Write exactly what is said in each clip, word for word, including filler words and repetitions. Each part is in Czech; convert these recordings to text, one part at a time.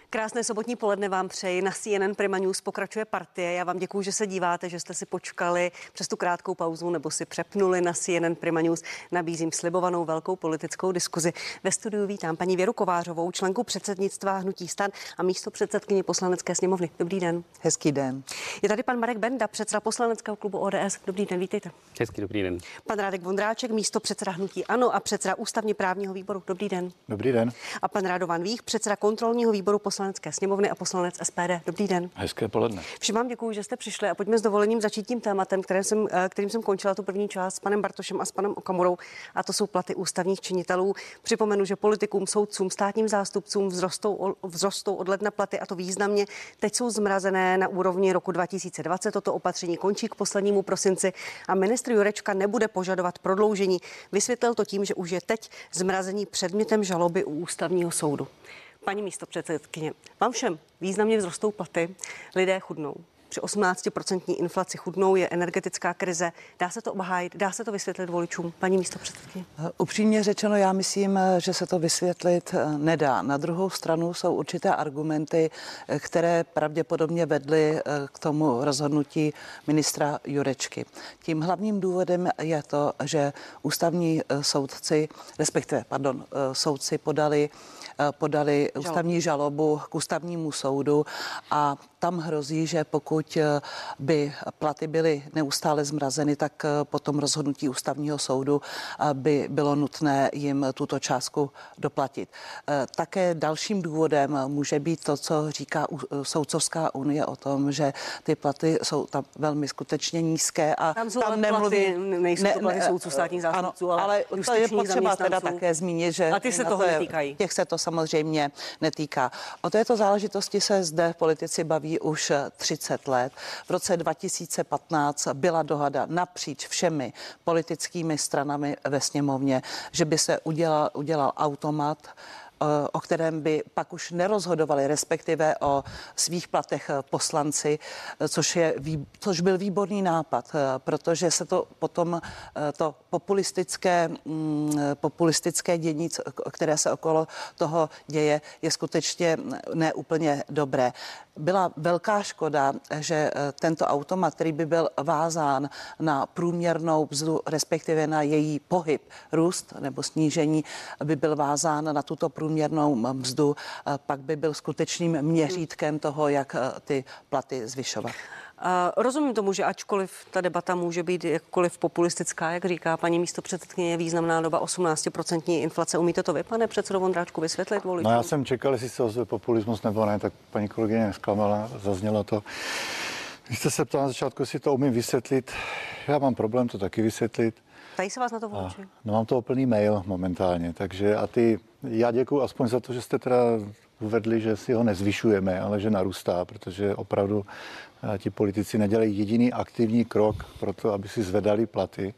Krásné sobotní poledne vám přeji. Na C N N Prima News pokračuje Partie. Já vám děkuju, že se díváte, že jste si počkali přes tu krátkou pauzu nebo si přepnuli na C N N Prima News. Nabízím slibovanou velkou politickou diskuzi. Ve studiu vítám paní Věru Kovářovou, členku předsednictva Hnutí STAN a místopředsedkyni Poslanecké sněmovny. Dobrý den. Hezký den. Je tady pan Marek Benda, předseda poslaneckého klubu O D S. Dobrý den, vítejte. Hezký dobrý den. Pan Radek Vondráček, místopředseda Hnutí ANO a předseda ústavně právního výboru. Dobrý den. Dobrý den. A pan Radovan Vích, předseda kontrolního výboru Poslanecké sněmovny a poslanec S P D. Dobrý den. Hezké poledne. Všem vám děkuji, že jste přišli a pojďme s dovolením začít tím tématem, kterým jsem, kterým jsem končila tu první část s panem Bartošem a s panem Okamurou, a to jsou platy ústavních činitelů. Připomenu, že politikům, soudcům, státním zástupcům vzrostou, vzrostou od ledna platy, a to významně. Teď jsou zmrazené na úrovni roku dva tisíce dvacet. Toto opatření končí k poslednímu prosinci a ministr Jurečka nebude požadovat prodloužení. Vysvětlil to tím, že už je teď zmrazení předmětem žaloby u ústavního soudu. Paní místopředsedkyně, vám všem významně vzrostou platy, lidé chudnou. Při osmnáctiprocentní inflaci chudnou, je energetická krize. Dá se to obhájit, dá se to vysvětlit voličům, paní místopředsedkyně? Upřímně řečeno, já myslím, že se to vysvětlit nedá. Na druhou stranu jsou určité argumenty, které pravděpodobně vedly k tomu rozhodnutí ministra Jurečky. Tím hlavním důvodem je to, že ústavní soudci, respektive, pardon, soudci podali podali ústavní žalobu k ústavnímu soudu a tam hrozí, že pokud by platy byly neustále zmrazeny, tak potom rozhodnutí ústavního soudu by bylo nutné jim tuto částku doplatit. Také dalším důvodem může být to, co říká Soudcovská unie o tom, že ty platy jsou tam velmi skutečně nízké a tam, jsou tam nemluví, platy, nejsou to platy soudců, státních zástupců, ano, ale, ale to je potřeba teda také zmínit, že a ty se toho netýkají. Těch se to samozřejmě netýká. O této záležitosti se zde politici baví už třicet let. V roce dva tisíce patnáct byla dohoda napříč všemi politickými stranami ve sněmovně, že by se udělal, udělal automat, o kterém by pak už nerozhodovali, respektive o svých platech poslanci, což, je, což byl výborný nápad, protože se to potom to populistické, populistické dění, které se okolo toho děje, je skutečně neúplně dobré. Byla velká škoda, že tento automat, který by byl vázán na průměrnou mzdu, respektive na její pohyb, růst nebo snížení, by byl vázán na tuto průměrnou mzdu, pak by byl skutečným měřítkem toho, jak ty platy zvyšovat. Uh, rozumím tomu, že ačkoliv ta debata může být jakkoliv populistická, jak říká paní místopředsedkyně, je významná doba osmnáctiprocentní inflace. Umíte to vy, pane předsedo Vondráčku, vysvětlit voličům? No já jsem čekal, jestli se ozve populismus nebo ne, tak paní kolegyně nezklamala, zaznělo to. Vy jste se ptal na začátku, jestli to umím vysvětlit. Já mám problém to taky vysvětlit. Tady se vás na to voliči? No mám to plný mail momentálně, takže a ty, já děkuju aspoň za to, že jste teda uvedli, že si ho nezvyšujeme, ale že narůstá, protože opravdu ti politici nedělají jediný aktivní krok pro to, aby si zvedali platy.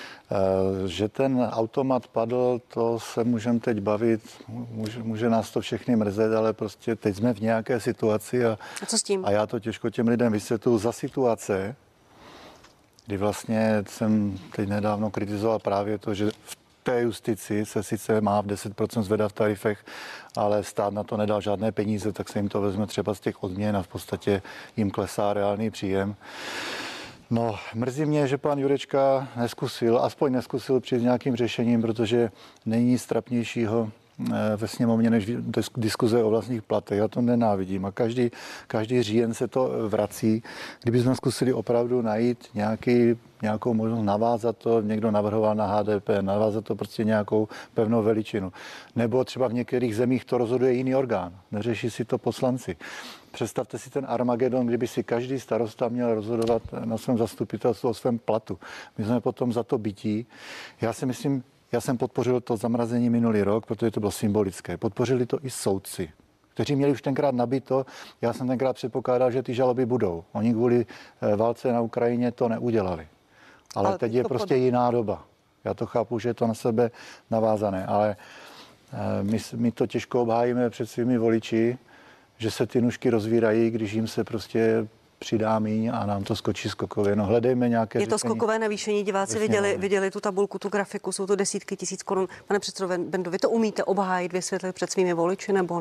Že ten automat padl, to se můžeme teď bavit, může, může nás to všechny mrzet, ale prostě teď jsme v nějaké situaci a, a co s tím? A já to těžko těm lidem vysvětluji za situace, kdy vlastně jsem teď nedávno kritizoval právě to, že v té justici se sice má v deset procent zvedat v tarifech, ale stát na to nedal žádné peníze, tak se jim to vezme třeba z těch odměn a v podstatě jim klesá reálný příjem. No, mrzí mě, že pan Jurečka neskusil, aspoň neskusil přijít s nějakým řešením, protože není nic trapnějšího ve sněmovně než diskuze o vlastních platech. Já to nenávidím a každý, každý říjen se to vrací. Kdybychom zkusili opravdu najít nějaký, nějakou možnost navázat to, někdo navrhoval na H D P, navázat to prostě nějakou pevnou veličinu. Nebo třeba v některých zemích to rozhoduje jiný orgán. Neřeší si to poslanci. Představte si ten Armagedon, kdyby si každý starosta měl rozhodovat na svém zastupitelstvu o svém platu. My jsme potom za to bytí. Já si myslím, já jsem podpořil to zamrazení minulý rok, protože to bylo symbolické. Podpořili to i soudci, kteří měli už tenkrát nabito. Já jsem tenkrát předpokládal, že ty žaloby budou. Oni kvůli válce na Ukrajině to neudělali. Ale, ale teď je prostě pod... jiná doba. Já to chápu, že je to na sebe navázané, ale my, my to těžko obhájíme před svými voliči, že se ty nůžky rozvírají, když jim se prostě přidá míň a nám to skočí skokově. No hledejme nějaké Je to řešení. Skokové navýšení, diváci viděli, viděli tu tabulku, tu grafiku, jsou to desítky tisíc korun. Pane předsedo Bendo, vy to umíte obhájit, vysvětlit před svými voliči nebo ne?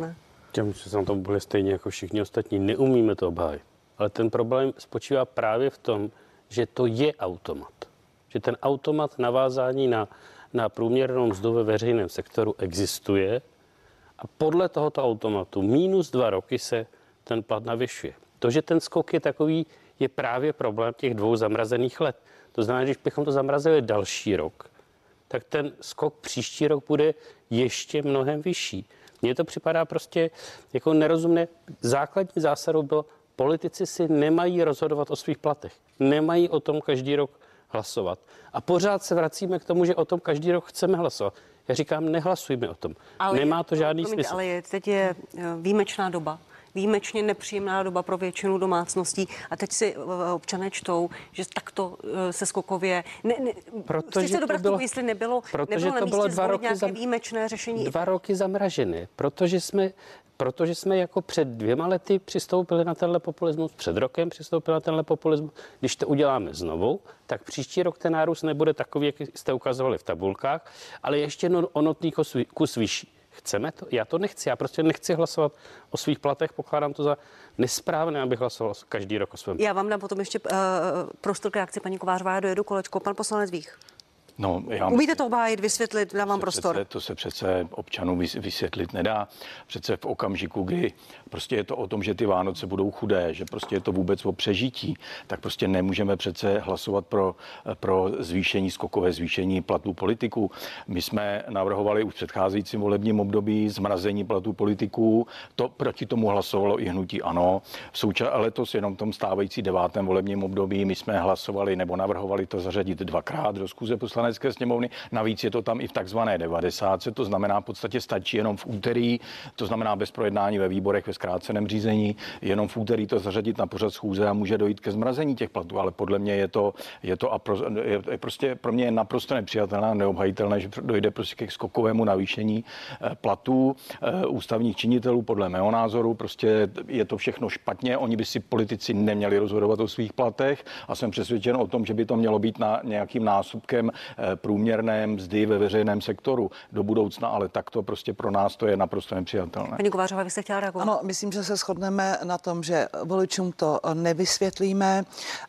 Těm, že se na tom byli stejně jako všichni ostatní, neumíme to obhájit. Ale ten problém spočívá právě v tom, že to je automat. Že ten automat navázání na, na průměrnou mzdu ve veřejném sektoru existuje a podle tohoto automatu minus dva roky se ten plat navyšuje. To, že ten skok je takový, je právě problém těch dvou zamrazených let. To znamená, že když bychom to zamrazili další rok, tak ten skok příští rok bude ještě mnohem vyšší. Mně to připadá prostě jako nerozumné. Základní zásadou bylo, politici si nemají rozhodovat o svých platech. Nemají o tom každý rok hlasovat. A pořád se vracíme k tomu, že o tom každý rok chceme hlasovat. Já říkám, nehlasujme o tom. Ale Nemá to žádný promiňte, smysl. Ale je, teď je výjimečná doba. Výjimečně nepříjemná doba pro většinu domácností a teď si občané čtou, že takto se skokově... Ne, ne, protože se dobrat bylo, tomu, jestli nebylo, protože nebylo to na bylo místě dva roky nějaké zam, výjimečné řešení. Dva roky zamražené, protože jsme, protože jsme jako před dvěma lety přistoupili na tenhle populismus, před rokem přistoupili na tenhle populismus. Když to uděláme znovu, tak příští rok ten nárůst nebude takový, jak jste ukazovali v tabulkách, ale ještě o notný kus vyšší. Chceme to? Já to nechci. Já prostě nechci hlasovat o svých platech. Pokládám to za nesprávné, abych hlasoval každý rok o svém. Já vám dám potom ještě uh, prostor k reakci, paní Kovářová, já dojedu kolečko. Pan poslanec Vích. No, já Umíte to obhájit, vysvětlit, dám vám prostor. Přece, to se přece občanům vysvětlit nedá. Přece v okamžiku, kdy prostě je to o tom, že ty Vánoce budou chudé, že prostě je to vůbec o přežití, tak prostě nemůžeme přece hlasovat pro, pro zvýšení, skokové zvýšení platů politiků. My jsme navrhovali už v předcházejícím volebním období zmrazení platů politiků. To proti tomu hlasovalo i hnutí ANO. Souča- letos jenom v tom stávající devátém volebním období my jsme hlasovali nebo navrhovali to zařadit dvakrát do schůze poslanecké sněmovny. Navíc je to tam i v takzvané devadesátce, to znamená v podstatě stačí jenom v úterý, to znamená bez projednání ve výborech ve zkráceném řízení, jenom v úterý to zařadit na pořad schůze a může dojít ke zmrazení těch platů, ale podle mě je to, je to a pro, je, je prostě pro mě je naprosto nepřijatelné, neobhajitelné, že dojde prostě ke skokovému navýšení platů ústavních činitelů. Podle mého názoru prostě je to všechno špatně, oni by si politici neměli rozhodovat o svých platech a jsem přesvědčen o tom, že by to mělo být na nějakým násobkem průměrné mzdy ve veřejném sektoru do budoucna, ale takto prostě pro nás to je naprosto nepřijatelné. Paní Kovářová, vy jste chtěla reagovat? Ano, myslím, že se shodneme na tom, že voličům to nevysvětlíme,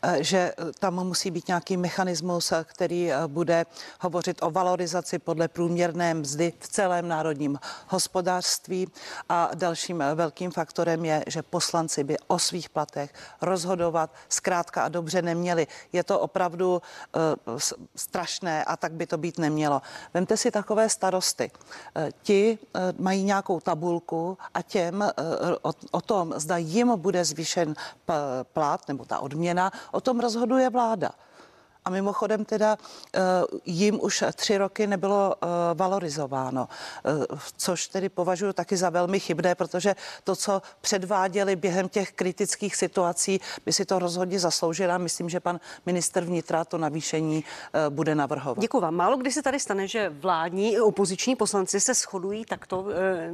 že tam musí být nějaký mechanismus, který bude hovořit o valorizaci podle průměrné mzdy v celém národním hospodářství a dalším velkým faktorem je, že poslanci by o svých platech rozhodovat zkrátka a dobře neměli. Je to opravdu uh, strašné a tak by to být nemělo. Vemte si takové starosty. Ti mají nějakou tabulku a těm o, o tom, zda jim bude zvýšen plat nebo ta odměna, o tom rozhoduje vláda. A mimochodem teda jim už tři roky nebylo valorizováno, což tedy považuji taky za velmi chybné, protože to, co předváděli během těch kritických situací, by si to rozhodně zasloužila. Myslím, že pan ministr vnitra to navýšení bude navrhovat. Děkuji vám. Málo kdy se tady stane, že vládní i opoziční poslanci se shodují takto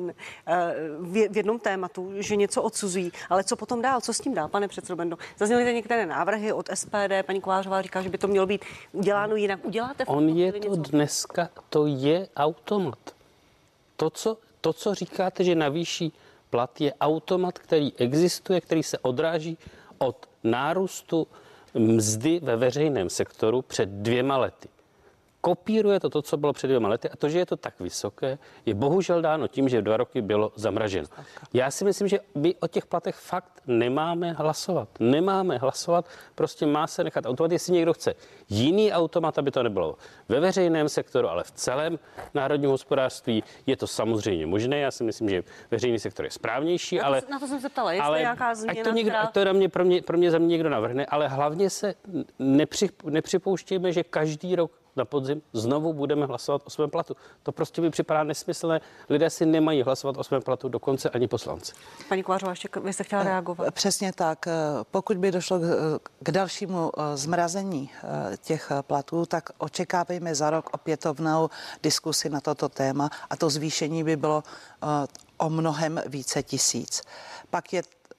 v jednom tématu, že něco odsuzují. Ale co potom dál? Co s tím dál, pane předsedo Bendo? Zazněly tady některé návrhy od S P D. Paní Kovářová říká, že by to mělo být uděláno jinak. Uděláte? On je to něco? Dneska, to je automat. To co, to, co říkáte, že navýší plat, je automat, který existuje, který se odráží od nárůstu mzdy ve veřejném sektoru před dvěma lety. Kopíruje to to, co bylo před dvěma lety a to, že je to tak vysoké, je bohužel dáno tím, že dva roky bylo zamraženo. Já si myslím, že my o těch platech fakt nemáme hlasovat. Nemáme hlasovat, prostě má se nechat automat, jestli někdo chce jiný automat, aby to nebylo ve veřejném sektoru, ale v celém národním hospodářství je to samozřejmě možné. Já si myslím, že veřejný sektor je správnější, na to, ale... Na to jsem se ptala, jestli ale, nějaká změna, ať to, někdo, která... ať to na mě, pro, mě, pro mě za mě někdo navrhne, ale hlavně se nepři, nepřipouštějme, že každý rok na podzim znovu budeme hlasovat o svém platu. To prostě mi připadá nesmyslné. Lidé si nemají hlasovat o svém platu, dokonce ani poslanci. Paní Kovářová, ještě vy jste chtěla reagovat. Přesně tak. Pokud by došlo k dalšímu zmrazení těch platů, tak očekávejme za rok opětovnou diskusi na toto téma a to zvýšení by bylo o mnohem více tisíc. Pak je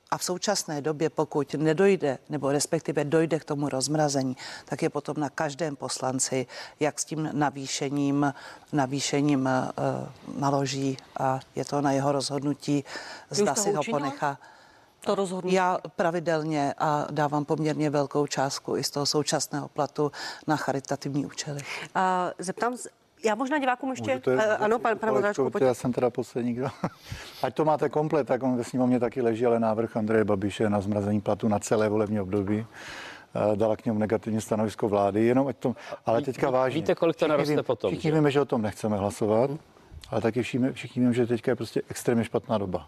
A v současné době, pokud nedojde, nebo respektive dojde k tomu rozmrazení, tak je potom na každém poslanci, jak s tím navýšením, navýšením uh, naloží a je to na jeho rozhodnutí, zda si ho ponechá. To rozhodnutí? Já pravidelně a dávám poměrně velkou částku i z toho současného platu na charitativní účely. A zeptám, já možná divákům ještě, Můžete, uh, ano, pan, pan Vondráčku, já jsem teda poslední, kdo. Ať to máte komplet, tak on ve sněmovně taky leží, ale návrh Andreje Babiše na zmrazení platu na celé volební období. Dala k němu negativní stanovisko vlády, jenom ať to, ale teďka vážně. Víte, kolik to naroste potom? Všichni víme, že o tom nechceme hlasovat, hmm. ale taky všichni, všichni víme, že teďka je prostě extrémně špatná doba.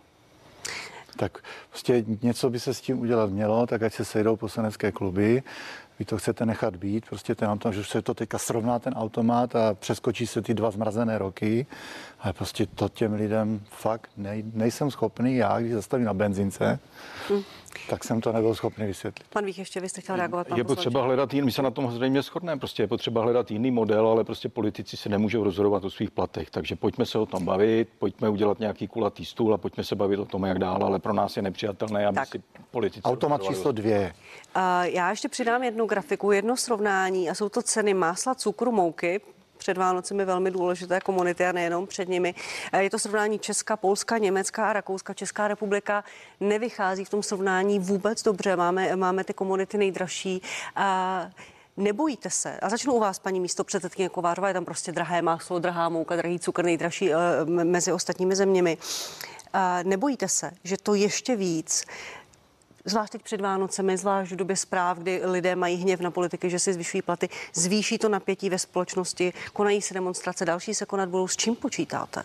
Tak prostě něco by se s tím udělat mělo, tak ať se sejdou poslanecké kluby, vy to chcete nechat být, prostě ten automat, že se to teďka srovná ten automat a přeskočí se ty dva zmrazené roky, ale prostě to těm lidem fakt nej, nejsem schopný, já když zastavím na benzince, hmm. tak jsem to nebyl schopný vysvětlit. Pan Vích, ještě vy jste chtěl reagovat, pan Je poslanče. potřeba hledat jiný, my se na tom zřejmě shodneme, prostě je potřeba hledat jiný model, ale prostě politici se nemůžou rozhodovat o svých platech, takže pojďme se o tom bavit, pojďme udělat nějaký kulatý stůl a pojďme se bavit o tom, jak dál, ale pro nás je nepřijatelné, aby tak. si politici Automat číslo dvě. Uh, já ještě přidám jednu grafiku, jedno srovnání a jsou to ceny másla, cukru, mouky. Před Vánocemi velmi důležité komunity a nejenom před nimi. Je to srovnání Česka, Polska, Německa a Rakouska. Česká republika nevychází v tom srovnání vůbec dobře. Máme, máme ty komunity nejdražší. A nebojíte se, a začnu u vás, paní místopředsedkyně Kovářová, je tam prostě drahé máslo, drahá mouka, drahý cukr, nejdražší uh, mezi ostatními zeměmi. Uh, nebojíte se, že to ještě víc, zvlášť teď před Vánocemi, zvlášť v době zpráv, kdy lidé mají hněv na politiky, že si zvyšují platy, zvýší to napětí ve společnosti, konají se demonstrace, další se konat budou. S čím počítáte?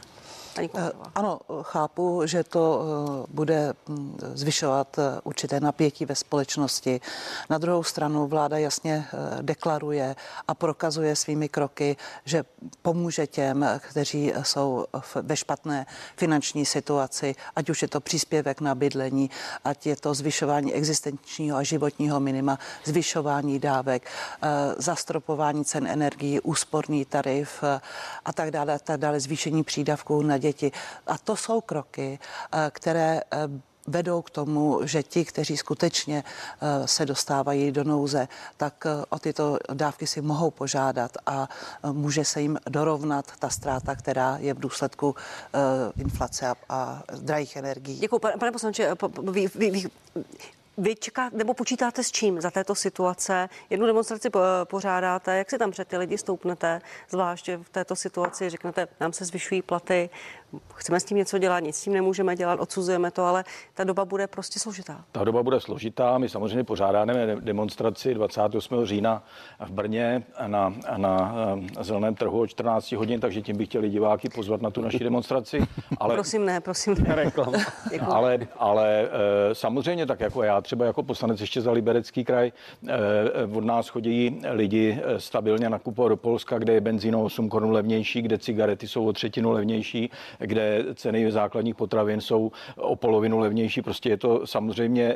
Ano, chápu, že to bude zvyšovat určité napětí ve společnosti. Na druhou stranu vláda jasně deklaruje a prokazuje svými kroky, že pomůže těm, kteří jsou ve špatné finanční situaci, ať už je to příspěvek na bydlení, ať je to zvyšování existenčního a životního minima, zvyšování dávek, zastropování cen energií, úsporný tarif a tak dále, a tak dále, zvýšení přídavků na děti. A to jsou kroky, které vedou k tomu, že ti, kteří skutečně se dostávají do nouze, tak o tyto dávky si mohou požádat a může se jim dorovnat ta ztráta, která je v důsledku inflace a drahých energií. Děkuji, pane poslanče. Vy, vy, vy, Vy čeká, nebo počítáte s čím za této situace? Jednu demonstraci pořádáte, jak si tam před ty lidi stoupnete, zvlášť v této situaci, řeknete, nám se zvyšují platy, chceme s tím něco dělat, nic s tím nemůžeme dělat, odsuzujeme to, ale ta doba bude prostě složitá. Ta doba bude složitá. My samozřejmě pořádáme demonstraci dvacátého osmého října v Brně na, na Zeleném trhu o čtrnáct hodin, takže tím bych chtěli diváky pozvat na tu naši demonstraci. Ale, prosím ne, prosím ne. ale, ale samozřejmě tak jako já třeba jako poslanec ještě za Liberecký kraj, od nás chodí lidi stabilně nakupovat do Polska, kde je benzín o osm korun levnější, kde cigarety jsou o třetinu levnější, kde ceny základních potravin jsou o polovinu levnější. Prostě je to samozřejmě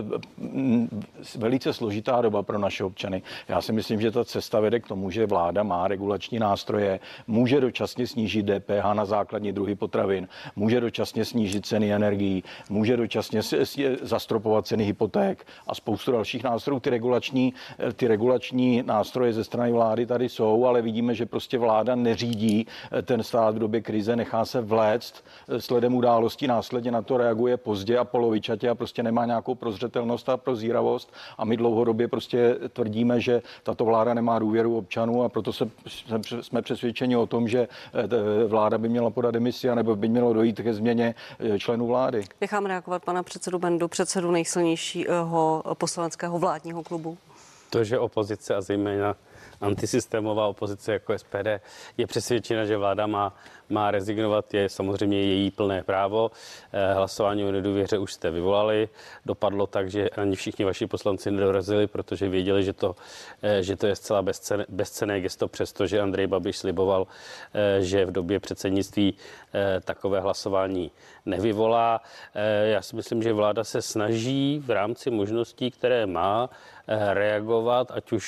velice složitá doba pro naše občany. Já si myslím, že ta cesta vede k tomu, že vláda má regulační nástroje, může dočasně snížit D P H na základní druhy potravin, může dočasně snížit ceny energií, může dočasně zastropovat ceny hypoték a spoustu dalších nástrojů. Ty regulační, ty regulační nástroje ze strany vlády tady jsou, ale vidíme, že prostě vláda neřídí ten stát v době krize, nechá se vléct sledem událostí, následně na to reaguje pozdě a polovičatě a prostě nemá nějakou prozřetelnost a prozíravost a my dlouhodobě prostě tvrdíme, že tato vláda nemá důvěru občanů a proto se, jsme přesvědčeni o tom, že vláda by měla podat demisi nebo by mělo dojít ke změně členů vlády. Nechám reagovat pana předsedu Bendu, předsedu nejsilnějšího poslaneckého vládního klubu. To, že opozice a zejména antisystémová opozice jako S P D je přesvědčena, že vláda má, má rezignovat, je samozřejmě její plné právo. Hlasování o nedůvěře už jste vyvolali. Dopadlo tak, že ani všichni vaši poslanci nedorazili, protože věděli, že to, že to je zcela bezcenné, bezcenné gesto, přestože Andrej Babiš sliboval, že v době předsednictví takové hlasování nevyvolá. Já si myslím, že vláda se snaží v rámci možností, které má, reagovat, ať už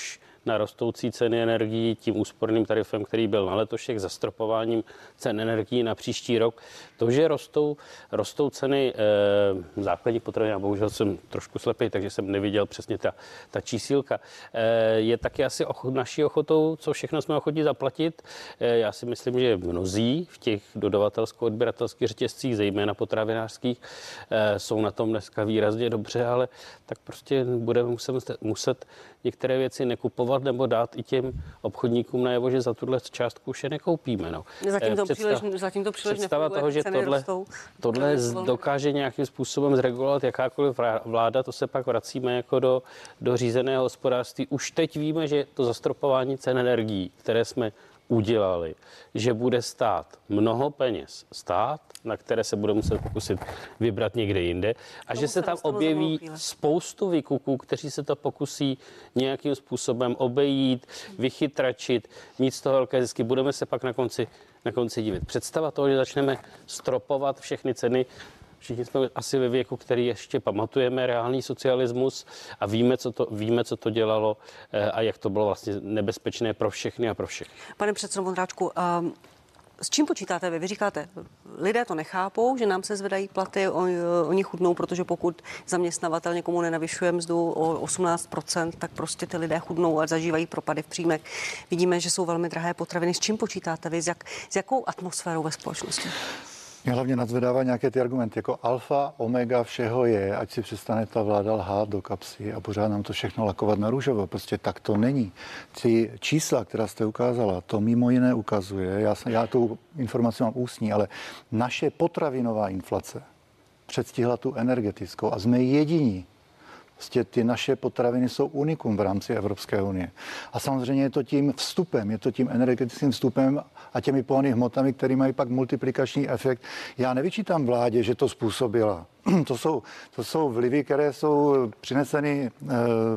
na rostoucí ceny energií tím úsporným tarifem, který byl na letošek, zastropováním cen energií na příští rok. To, že rostou, rostou ceny e, základních potravin, já bohužel jsem trošku slepý, takže jsem neviděl přesně ta, ta čísílka, e, je taky asi ochot, naší ochotou, co všechno jsme ochotní zaplatit. E, já si myslím, že mnozí v těch dodavatelsko-odběratelských řetězcích, zejména potravinářských, e, jsou na tom dneska výrazně dobře, ale tak prostě budeme muset, muset některé věci nekupovat nebo dát i těm obchodníkům najevo, že za tuhle částku už je nekoupíme. No. Zatím to Představ, příliš, zatím to příliš představa nefunguje, toho, že ceny tohle, rostou. tohle dokáže nějakým způsobem zregulovat jakákoliv vláda, to se pak vracíme jako do, do řízeného hospodářství. Už teď víme, že to zastropování cen energií, které jsme udělali, že bude stát mnoho peněz. Stát, na které se bude muset pokusit vybrat někde jinde a že se tam objeví spoustu vykuků, kteří se to pokusí nějakým způsobem obejít, vychytračit, mít z toho velké zisky. Budeme se pak na konci, na konci divit. Představa toho, že začneme stropovat všechny ceny. Všichni jsme asi ve věku, který ještě pamatujeme reálný socialismus a víme, co to, víme, co to dělalo a jak to bylo vlastně nebezpečné pro všechny a pro všechny. Pane předsedo Vondráčku, um, s čím počítáte vy? Vy říkáte, lidé to nechápou, že nám se zvedají platy, oni, oni chudnou, protože pokud zaměstnavatel někomu nenavyšuje mzdu o osmnáct procent, tak prostě ty lidé chudnou a zažívají propady v příjmech. Vidíme, že jsou velmi drahé potraviny. S čím počítáte vy? S, jak, s jakou atmosférou ve společnosti? Mě hlavně nadzvedává nějaké ty argumenty, jako alfa, omega všeho je, ať si přestane ta vláda lhát do kapsy a pořád nám to všechno lakovat na růžovo. Prostě tak to není. Ty čísla, která jste ukázala, to mimo jiné ukazuje, já, jsem, já tu informaci mám ústní, ale naše potravinová inflace předstihla tu energetickou a jsme jediní. Prostě ty naše potraviny jsou unikum v rámci Evropské unie. A samozřejmě je to tím vstupem, je to tím energetickým vstupem a těmi pohonnými hmotami, které mají pak multiplikační efekt. Já nevyčítám vládě, že to způsobila. To jsou, to jsou vlivy, které jsou přineseny e,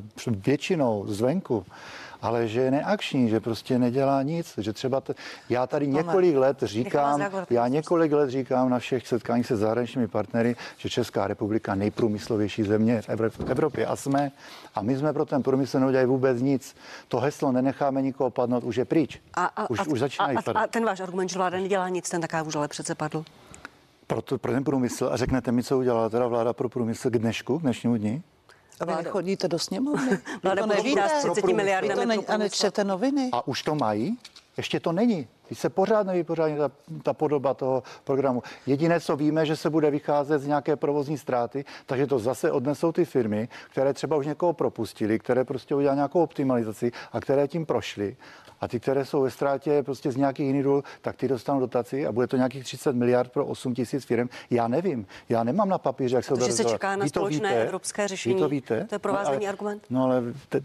většinou zvenku. Ale že je neakční, že prostě nedělá nic, že třeba t- já tady několik let říkám, já několik let říkám na všech setkáních se zahraničními partnery, že Česká republika nejprůmyslovější země v Evropě a jsme a my jsme pro ten průmysl neudělali vůbec nic. To heslo nenecháme nikoho padnout, už je pryč. A, a, už, a, už začínají a, padat. a ten váš argument, že vláda nedělá nic, ten taká už ale přece padl. Pro, to, pro ten průmysl a řeknete mi, co udělala teda vláda pro průmysl k dnešku, k dnešnímu dní? A vy nechodíte do sněmovny? Vláda to nevíte, s třiceti miliardami to ne, a nečtete noviny? A už to mají? Ještě to není. Když se pořád nevypořádně ta, ta podoba toho programu. Jediné, co víme, že se bude vycházet z nějaké provozní ztráty, takže to zase odnesou ty firmy, které třeba už někoho propustili, které prostě udělali nějakou optimalizaci a které tím prošly. A ty, které jsou ve ztrátě prostě z nějakých jiných důvodů, tak ty dostanou dotaci a bude to nějakých třicet miliard pro osm tisíc firm. Já nevím, já nemám na papíře, jak se to protože se čeká na společné víte? Evropské řešení. Vy to víte? To je provázaný no, argument. No ale te,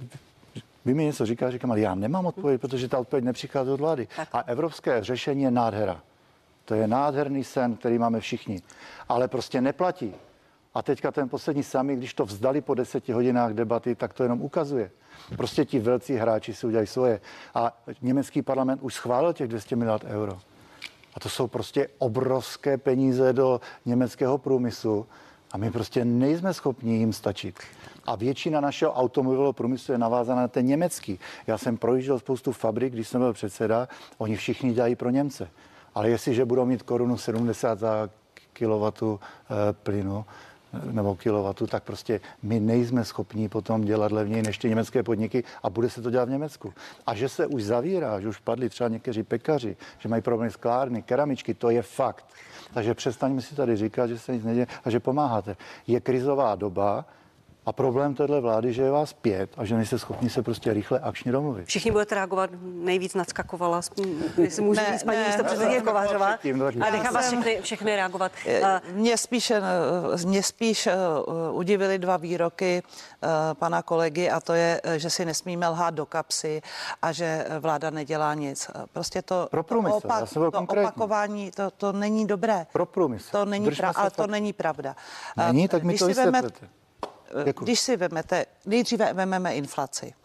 vy mi něco říká, říkám, ale já nemám odpověď, protože ta odpověď nepřichází od vlády. Tak. A evropské řešení je nádhera. To je nádherný sen, který máme všichni. Ale prostě neplatí. A teďka ten poslední summit, když to vzdali po deseti hodinách debaty, tak to jenom ukazuje. Prostě ti velcí hráči si udělají svoje. A německý parlament už schválil těch dvě stě miliard euro. A to jsou prostě obrovské peníze do německého průmyslu. A my prostě nejsme schopni jim stačit. A většina našeho automobilového průmyslu je navázaná na ten německý. Já jsem projížděl spoustu fabrik, když jsem byl předseda, oni všichni dělají pro Němce. Ale jestliže budou mít korunu sedmdesát za kilowatu e, plynu, nebo kilowatu, tak prostě my nejsme schopni potom dělat levněji než ty německé podniky a bude se to dělat v Německu. A že se už zavírá, že už padli třeba někteří pekaři, že mají problémy sklárny, keramičky, to je fakt. Takže přestaňme si tady říkat, že se nic neděje a že pomáháte. Je krizová doba a problém téhle vlády, že je vás pět a že nejste schopni se prostě rychle akčně domluvit. Všichni budete reagovat, nejvíc nadskakovala, jestli můžu říct paní místopředsedkyně Kovářová a nechám vás všechny, všechny reagovat. Mě spíš, mě spíš udivily dva výroky pana kolegy a to je, že si nesmíme lhát do kapsy a že vláda nedělá nic. Prostě to, Pro průmysl, to, opak, to opakování, to, to není dobré. Pro průmysl. To není pra, ale to není pravda. Není, tak mi to vysvětlete. Děkuji. Když si vemete, nejdříve vememe inflaci.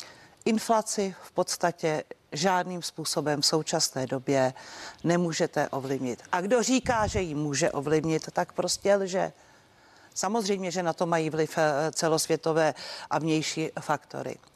Inflaci v podstatě žádným způsobem v současné době nemůžete ovlivnit. A kdo říká, že ji může ovlivnit, tak prostě lže. Samozřejmě, že na to mají vliv celosvětové a vnější faktory.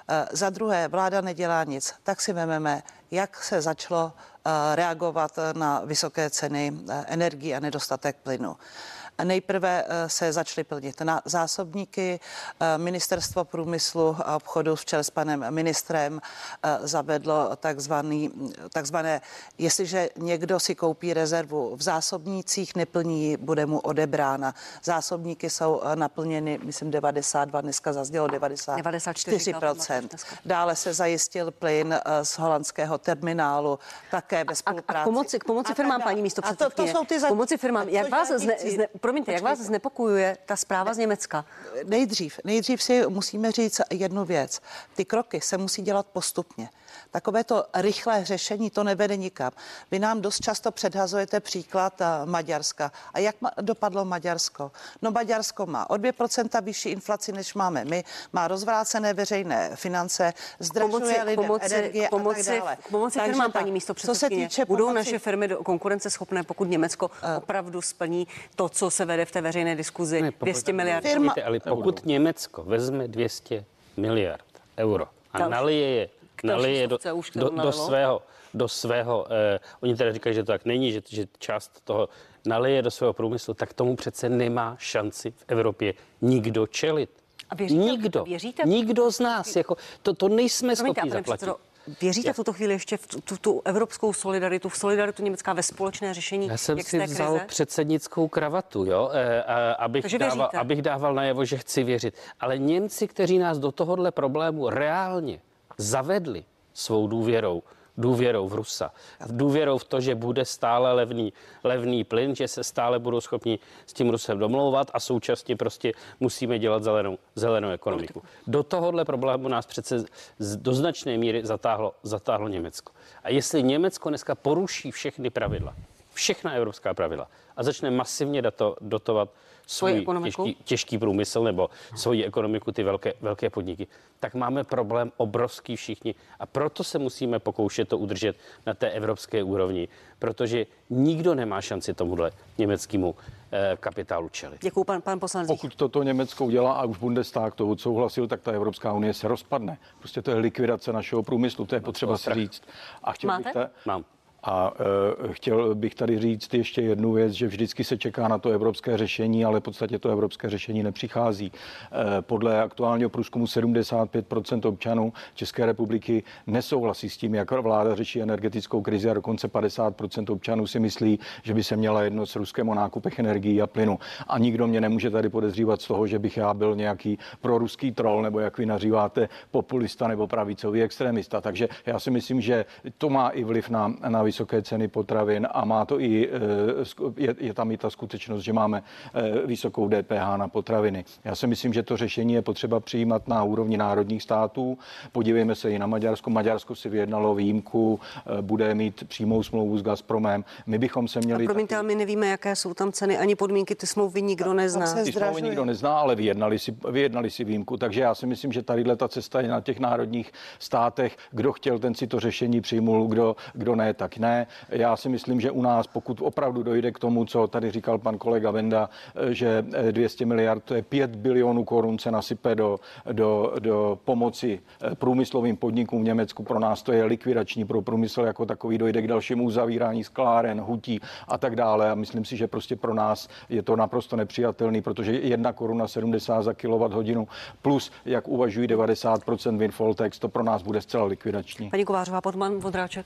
Za druhé, vláda nedělá nic. Tak si vememe, jak se začalo reagovat na vysoké ceny energií a nedostatek plynu. Nejprve se začaly plnit na zásobníky. Ministerstvo průmyslu a obchodu v čele s panem ministrem zavedlo takzvaný, takzvané, jestliže někdo si koupí rezervu v zásobnících, neplní, bude mu odebrána. Zásobníky jsou naplněny, myslím, devadesát dva, dneska zaznělo devadesát čtyři procent. Dále se zajistil plyn z holandského terminálu, také bez spolupráce. A, a k pomoci, k pomoci firmám, paní místopředsedkyně. To, to jsou ty za... Pomoci firmám. Jak vás zne, zne, promiňte, jak vás znepokojuje ta zpráva z Německa? Nejdřív, nejdřív si musíme říct jednu věc. Ty kroky se musí dělat postupně. Takové to rychlé řešení, to nevede nikam. Vy nám dost často předhazujete příklad Maďarska. A jak ma- dopadlo Maďarsko? No Maďarsko má o dvě procenta vyšší inflaci, než máme my, má rozvrácené veřejné finance, zdražuje lidem pomoci, energie pomoci, a tak dále. K pomoci firmám, paní místopředsedkyně, budou pomoci... naše firmy konkurenceschopné, pokud Německo uh, opravdu splní to, co se vede v té veřejné diskuzi, ne, dvě stě miliard. Firma... Ale pokud Německo vezme dvě stě miliard euro a Další. nalije je nalije do, do, do svého, do svého eh, oni teda říkají, že to tak není, že, že část toho nalije do svého průmyslu, tak tomu přece nemá šanci v Evropě nikdo čelit. A věříte, nikdo. Věříte? Nikdo z nás. Jako, to, to nejsme Promiňte, schopni zaplatit. Předsedo, věříte v tuto chvíli ještě v tu, tu, tu evropskou solidaritu, v solidaritu Německa ve společné řešení? Já jsem jak si vzal krize? předsednickou kravatu, jo, e, a, abych, dával, abych dával najevo, že chci věřit. Ale Němci, kteří nás do tohohle problému reálně zavedli svou důvěrou, důvěrou v Rusa, důvěrou v to, že bude stále levný, levný plyn, že se stále budou schopni s tím Rusem domlouvat a současně prostě musíme dělat zelenou, zelenou ekonomiku. Do tohohle problému nás přece do značné míry zatáhlo, zatáhlo Německo. A jestli Německo dneska poruší všechny pravidla, všechna evropská pravidla a začne masivně dato, dotovat svůj těžký, těžký průmysl nebo svoji ekonomiku, ty velké, velké podniky, tak máme problém obrovský všichni. A proto se musíme pokoušet to udržet na té evropské úrovni, protože nikdo nemá šanci tomuhle německému eh, kapitálu čelit. Děkuju, pan, pan poslanec. Pokud toto Německo udělá a už Bundestag to odsouhlasil, tak ta Evropská unie se rozpadne. Prostě to je likvidace našeho průmyslu, to je potřeba si říct. A chtěl Máte? bych ta... Mám. A e, chtěl bych tady říct ještě jednu věc, že vždycky se čeká na to evropské řešení, ale v podstatě to evropské řešení nepřichází. E, podle aktuálního průzkumu sedmdesát pět procent občanů České republiky nesouhlasí s tím, jak vláda řeší energetickou krizi a dokonce padesát procent občanů si myslí, že by se měla jednat s Ruskem o nákupech energií a plynu. A nikdo mě nemůže tady podezřívat z toho, že bych já byl nějaký proruský troll, nebo jak vy nazýváte populista nebo pravicový extremista. Takže já si myslím, že to má i vliv na, na vysoké ceny potravin a má to i, je, je tam i ta skutečnost, že máme vysokou D P H na potraviny. Já si myslím, že to řešení je potřeba přijímat na úrovni národních států. Podívejme se i na Maďarsko. Maďarsko si vyjednalo výjimku, bude mít přímou smlouvu s Gazpromem. My bychom se měli... A promiňte, taky... my nevíme, jaké jsou tam ceny, ani podmínky, ty smlouvy nikdo nezná. Ty smlouvy nikdo nezná, ale vyjednali si, vyjednali si výjimku. Takže já si myslím, že tadyhle ta cesta je na těch národních státech. Kdo chtěl, ten si to řešení přijmul, kdo, kdo ne, tak ne. Já si myslím, že u nás, pokud opravdu dojde k tomu, co tady říkal pan kolega Venda, že dvě stě miliard, to je pět bilionů korun se nasype do, do, do pomoci průmyslovým podnikům v Německu. Pro nás to je likvidační, pro průmysl jako takový, dojde k dalšímu uzavírání skláren, hutí a tak dále. A myslím si, že prostě pro nás je to naprosto nepřijatelný, protože jedna koruna sedmdesát za kilowatthodinu plus, jak uvažují devadesát procent windfall tax, to pro nás bude zcela likvidační. Paní Kovářová, potom Vondráček.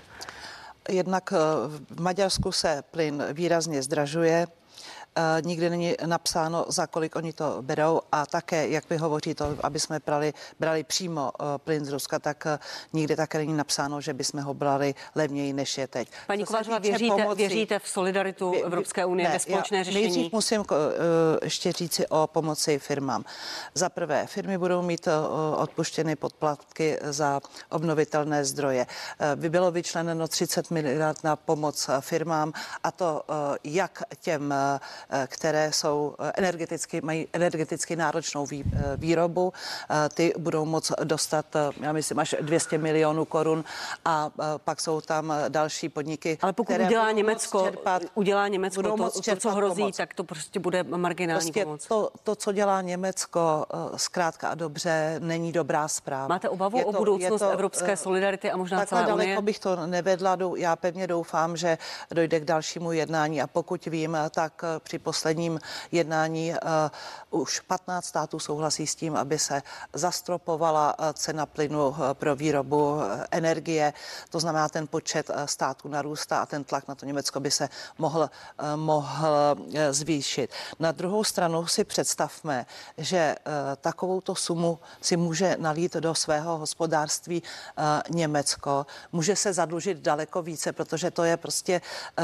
Jednak v Maďarsku se plyn výrazně zdražuje. Nikdy není napsáno, za kolik oni to berou a také, jak vy hovoříte, aby jsme brali, brali přímo plyn z Ruska, tak nikdy také není napsáno, že bychom ho brali levněji, než je teď. Paní Kovářová, věříte, pomoci, věříte v solidaritu vě, Evropské unie ne, ve společné já, řešení? Nejdřív musím uh, ještě říci o pomoci firmám. Za prvé, firmy budou mít uh, odpuštěny podplatky za obnovitelné zdroje. Uh, by bylo vyčleněno třicet miliard na pomoc firmám a to uh, jak těm uh, které jsou energeticky, mají energeticky náročnou výrobu. Ty budou moc dostat, já myslím, až dvě stě milionů korun a pak jsou tam další podniky. Ale pokud které udělá Německo, čerpat, udělá Německo to, to, co hrozí, pomoc. Tak to prostě bude marginální prostě pomoc. To, to, co dělá Německo, zkrátka a dobře, není dobrá zpráva. Máte obavu je o to, budoucnost to, evropské solidarity a možná celé daleko unie? bych to nevedla. Já pevně doufám, že dojde k dalšímu jednání a pokud vím, tak při posledním jednání uh, už patnáct států souhlasí s tím, aby se zastropovala cena plynu pro výrobu energie. To znamená, ten počet států narůstá a ten tlak na to Německo by se mohl, mohl zvýšit. Na druhou stranu si představme, že takovouto sumu si může nalít do svého hospodářství Německo. Může se zadlužit daleko více, protože to je prostě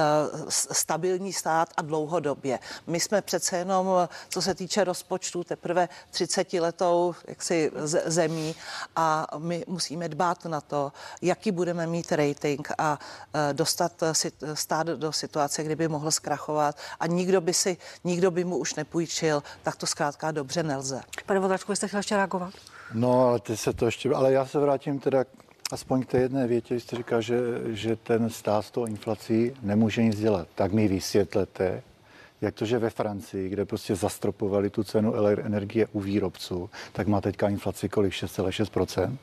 stabilní stát a dlouhodobě. My jsme přece jenom, co se týče rozpočtu, teprve třicetiletou jaksi zemí a my musíme dbát na to, jaký budeme mít rating a dostat stát do situace, kdyby mohl zkrachovat a nikdo by si, nikdo by mu už nepůjčil, tak to zkrátka dobře nelze. Pane Vondráčku, jste chtěl ještě reagovat? No, ale ty se to ještě, ale já se vrátím teda aspoň k té jedné větě, jste říkal, že, že ten stát s tou inflací nemůže nic dělat. Tak mi vysvětlete, jak to, že ve Francii, kde prostě zastropovali tu cenu energie u výrobců, tak má teďka inflaci kolik? šest celá šest procent?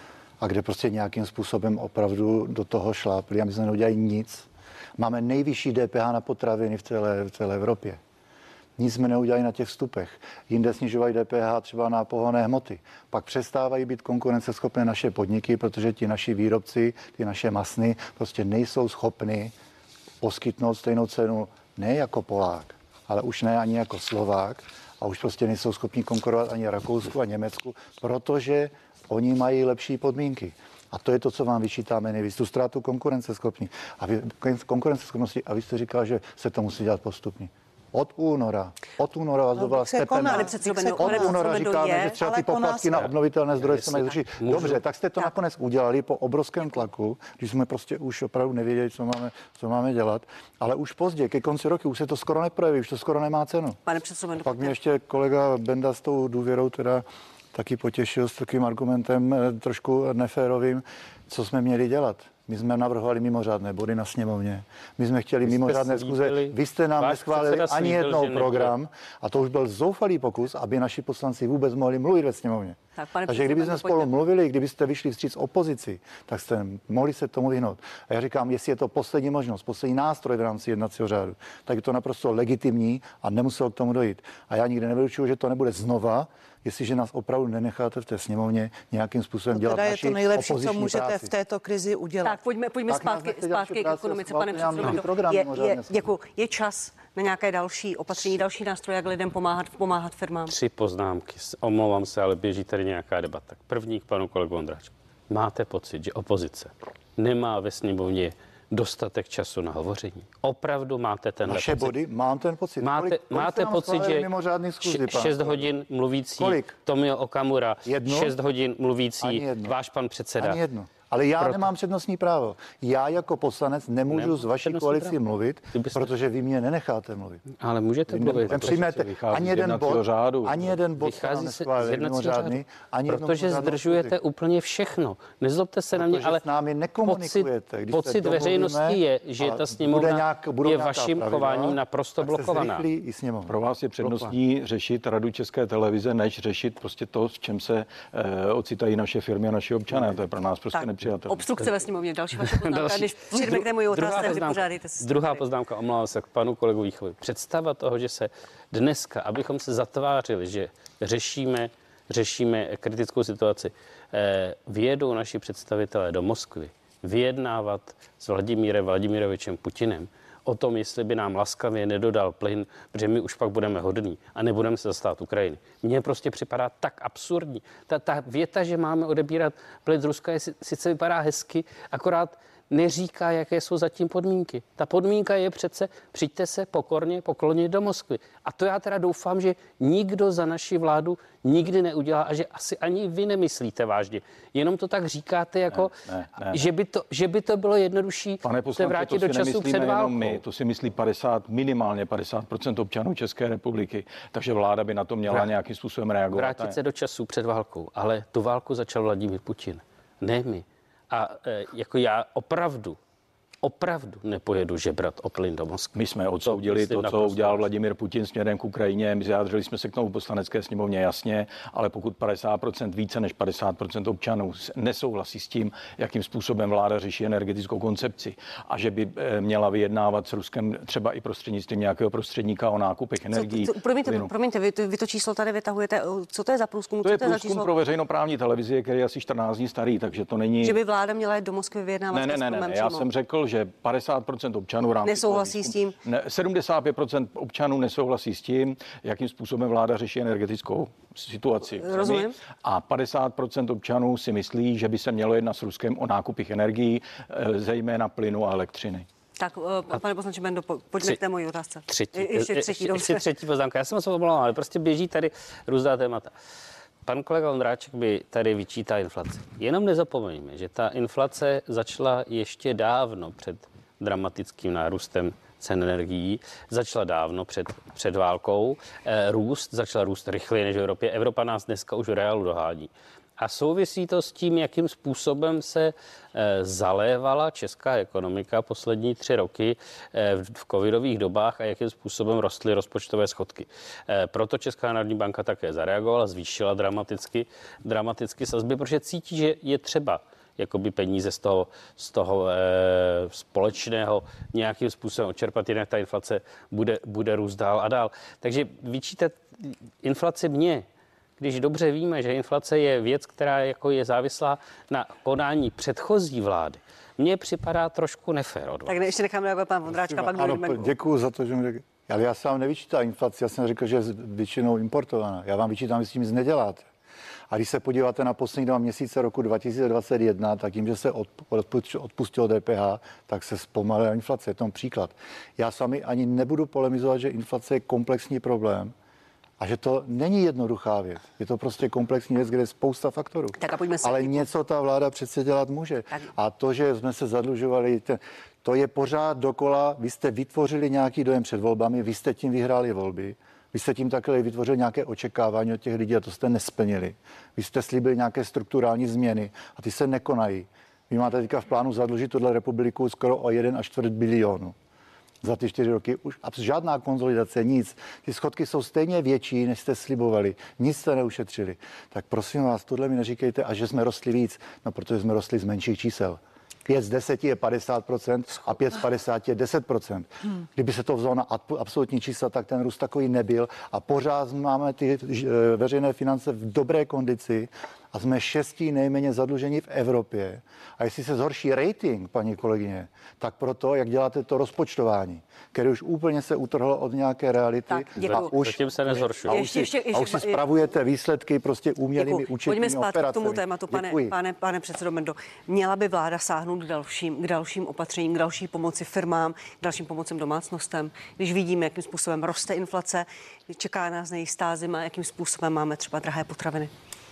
A kde prostě nějakým způsobem opravdu do toho šlápli a my jsme neudělali nic. Máme nejvyšší D P H na potraviny v celé, v celé Evropě. Nic jsme neudělali na těch vstupech. Jinde snižovají D P H třeba na pohonné hmoty. Pak přestávají být konkurenceschopné naše podniky, protože ti naši výrobci, ty naše masny prostě nejsou schopni poskytnout stejnou cenu ne jako Polák, ale už ne ani jako Slovák a už prostě nejsou schopni konkurovat ani Rakousku a Německu, protože oni mají lepší podmínky. A to je to, co vám vyčítáme nejvíc, tu ztrátu konkurenceschopní. A vy, konkurenceschopnosti. A vy jste říkal, že se to musí dělat postupně. Od února. Od února vás dovolala Stepena. Od února říkáme, že třeba ty poplatky na obnovitelné zdroje se mají zrušit. Dobře, tak jste to tak nakonec udělali po obrovském tlaku, když jsme prostě už opravdu nevěděli, co máme, co máme dělat. Ale už pozdě, ke konci roku, už se to skoro neprojeví, už to skoro nemá cenu. Pane předsedo, pak mě ještě kolega Benda s tou důvěrou teda taky potěšil s takovým argumentem trošku neférovým, co jsme měli dělat. My jsme navrhovali mimořádné body na sněmovně. My jsme chtěli mimořádné schůze. Vy jste nám neschválili ani jednou program a to už byl zoufalý pokus, aby naši poslanci vůbec mohli mluvit ve sněmovně. Tak, takže kdybychom spolu pojďme. mluvili, kdybyste vyšli vstříc opozici, tak jste mohli se tomu vyhnout. A já říkám, jestli je to poslední možnost, poslední nástroj v rámci jednacího řádu, tak je to naprosto legitimní a nemuselo k tomu dojít. A já nikdy nevylučuju, že to nebude znova, jestliže nás opravdu nenecháte v té sněmovně nějakým způsobem dělat naši opoziční práci. Je to nejlepší, co můžete práci. v této krizi udělat. Tak pojďme, pojďme tak zpátky, zpátky k ekonomice, pane předsedo. Je, je, děkuji. Je čas na nějaké další opatření, další nástroje, jak lidem pomáhat, pomáhat firmám? Tři poznámky. Omlouvám se, ale běží tady nějaká debata. První k panu kolegu Vondráčku. Máte pocit, že opozice nemá ve sněmovně dostatek času na hovoření? Opravdu máte ten pocit? Naše body? Mám ten pocit. Máte, kolik, kolik máte pocit, že šest hodin mluvící kolik? Tomio Okamura, jednu? šest hodin mluvící váš pan předseda. Ani jedno. Ale já Proto. nemám přednostní právo. Já jako poslanec nemůžu Nemám z vaší koalici právo. mluvit, byste... protože vy mě nenecháte mluvit. Ale můžete vy mluvit. Ne, přijmete ani jeden bod, řádu. ani jeden bod vychází se z jednacího řádu, protože zdržujete úplně všechno. Nezlobte se protože na mě, ale s námi nekomunikujete. Pocit, pocit veřejnosti je, že ta sněmovna nějak, je vaším chováním naprosto blokovaná. Pro vás je přednostní řešit Radu České televize, než řešit prostě to, v čem se ocitají naše firmy a naši občané. To je pro nás prostě nepřijatelné. Obstrukce ve sněmovně, další vaše poznámka, než přijdeme k té mojí otázce, vypořádejte se. Druhá poznámka, omlouvám se k panu kolegu Víchovi. Představa toho, že se dneska, abychom se zatvářili, že řešíme, řešíme kritickou situaci, eh, vyjedou naši představitelé do Moskvy vyjednávat s Vladimírem Vladimirovičem Putinem o tom, jestli by nám laskavě nedodal plyn, protože my už pak budeme hodní a nebudeme se zastát Ukrajiny. Mně prostě připadá tak absurdní. Ta, ta věta, že máme odebírat plyn z Ruska, je, sice vypadá hezky, akorát neříká, jaké jsou zatím podmínky. Ta podmínka je přece přijďte se pokorně poklonit do Moskvy. A to já teda doufám, že nikdo za naši vládu nikdy neudělá a že asi ani vy nemyslíte vážně. Jenom to tak říkáte, jako, ne, ne, ne, ne. Že, by to, že by to bylo jednodušší se vrátit do času před válkou. My, to si myslí padesát, minimálně padesát procent občanů České republiky, takže vláda by na to měla Vrát, nějakým způsobem reagovat. Vrátit se do času před válkou, ale tu válku začal Vladimír Putin, ne my. A e, jako já opravdu, opravdu nepojedu žebrat o plyn do Moskvy. My jsme odsoudili to, to co udělal Vladimír Putin směrem k Ukrajině. My vyjádřili jsme se k tomu v poslanecké sněmovně jasně, ale pokud padesát procent, více než padesát procent občanů nesouhlasí s tím, jakým způsobem vláda řeší energetickou koncepci a že by měla vyjednávat s Ruskem třeba i prostřednictvím nějakého prostředníka o nákupech energií. Co, co, promiňte, promiňte vy, to, vy to číslo tady vytahujete. Co to je za průzkum? To je průzkum pro veřejnoprávní televizi, který je asi čtrnáct dní starý, takže to není. Že by vláda měla jít do Moskvy vyjednávat. Ne, ne, ne, ne, ne. Já jsem řekl, že padesát procent občanů v rámci nesouhlasí s tím. Ne, sedmdesát pět procent občanů nesouhlasí s tím, jakým způsobem vláda řeší energetickou situaci. Rozumím. A padesát procent občanů si myslí, že by se mělo jednat s Ruskem o nákupech energií, zejména plynu a elektřiny. Tak, pane poslanče Bendo, pojďme k té mojí otázce. Třetí, ještě třetí, ještě třetí poznámka. Já jsem se omlouvám, ale prostě běží tady různá témata. Pan kolega Ondráček by tady vyčítá inflaci. Jenom nezapomeňme, že ta inflace začala ještě dávno před dramatickým nárůstem cen energií, začala dávno před, před válkou. E, růst, začala růst rychleji než v Evropě. Evropa nás dneska už v reálu dohání. A souvisí to s tím, jakým způsobem se e, zalévala česká ekonomika poslední tři roky e, v, v covidových dobách a jakým způsobem rostly rozpočtové schodky. E, proto Česká národní banka také zareagovala, zvýšila dramaticky, dramaticky sazby, protože cítí, že je třeba jakoby peníze z toho, z toho e, společného nějakým způsobem odčerpat, jinak ta inflace bude, bude růst dál a dál. Takže vyčítat inflaci mě, když dobře víme, že inflace je věc, která jako je závislá na konání předchozí vlády, mně připadá trošku nefér od vás. Tak ještě necháme jako pan Vondráčka, pak ano, děkuju za to, že mi řekl. Ale já jsem vám nevyčítám inflaci, já jsem řekl, že je většinou importovaná. Já vám vyčítám, že s tím nic neděláte. A když se podíváte na poslední dva měsíce roku dva tisíce dvacet jedna, tak tím, že se odpustilo D P H, tak se zpomalila inflace. Je to příklad. Já sami ani nebudu polemizovat, že inflace je komplexní problém a že to není jednoduchá věc. Je to prostě komplexní věc, kde je spousta faktorů. Tak a pojďme se. Ale něco ta vláda přece dělat může. Tak. A to, že jsme se zadlužovali, ten, to je pořád dokola. Vy jste vytvořili nějaký dojem před volbami, vy jste tím vyhráli volby. Vy jste tím takhle vytvořili nějaké očekávání od těch lidí a to jste nesplnili. Vy jste slíbili nějaké strukturální změny a ty se nekonají. Vy máte teďka v plánu zadlužit tuhle republiku skoro o jeden až čtvrt bilionu za ty čtyři roky. Už žádná konsolidace, nic. Ty schodky jsou stejně větší, než jste slibovali. Nic jste neušetřili. Tak prosím vás, tohle mi neříkejte, a že jsme rostli víc, no protože jsme rostli z menších čísel. pět z deseti je padesát procent a pět z padesáti je deset procent. Hmm. Kdyby se to vzalo na absolutní čísla, tak ten růst takový nebyl a pořád máme ty veřejné finance v dobré kondici a jsme šestí nejméně zadlužení v Evropě. A jestli se zhorší rating, paní kolegyně, tak proto, jak děláte to rozpočtování, které už úplně se utrhlo od nějaké reality. Tak, a už, tím se nezhoršuje. A už si, ještě, ještě, a už si spravujete výsledky prostě umělými účetními Pojďme zpátky operacemi. k tomu tématu, pane, pane, pane předsedo Bendo. Měla by vláda sáhnout k dalším, k dalším opatřením, k další pomoci firmám, k dalším pomocem domácnostem? Když vidíme, jakým způsobem roste inflace, čeká nás nejistá zima, jakým způsobem máme třeba drahé potraviny?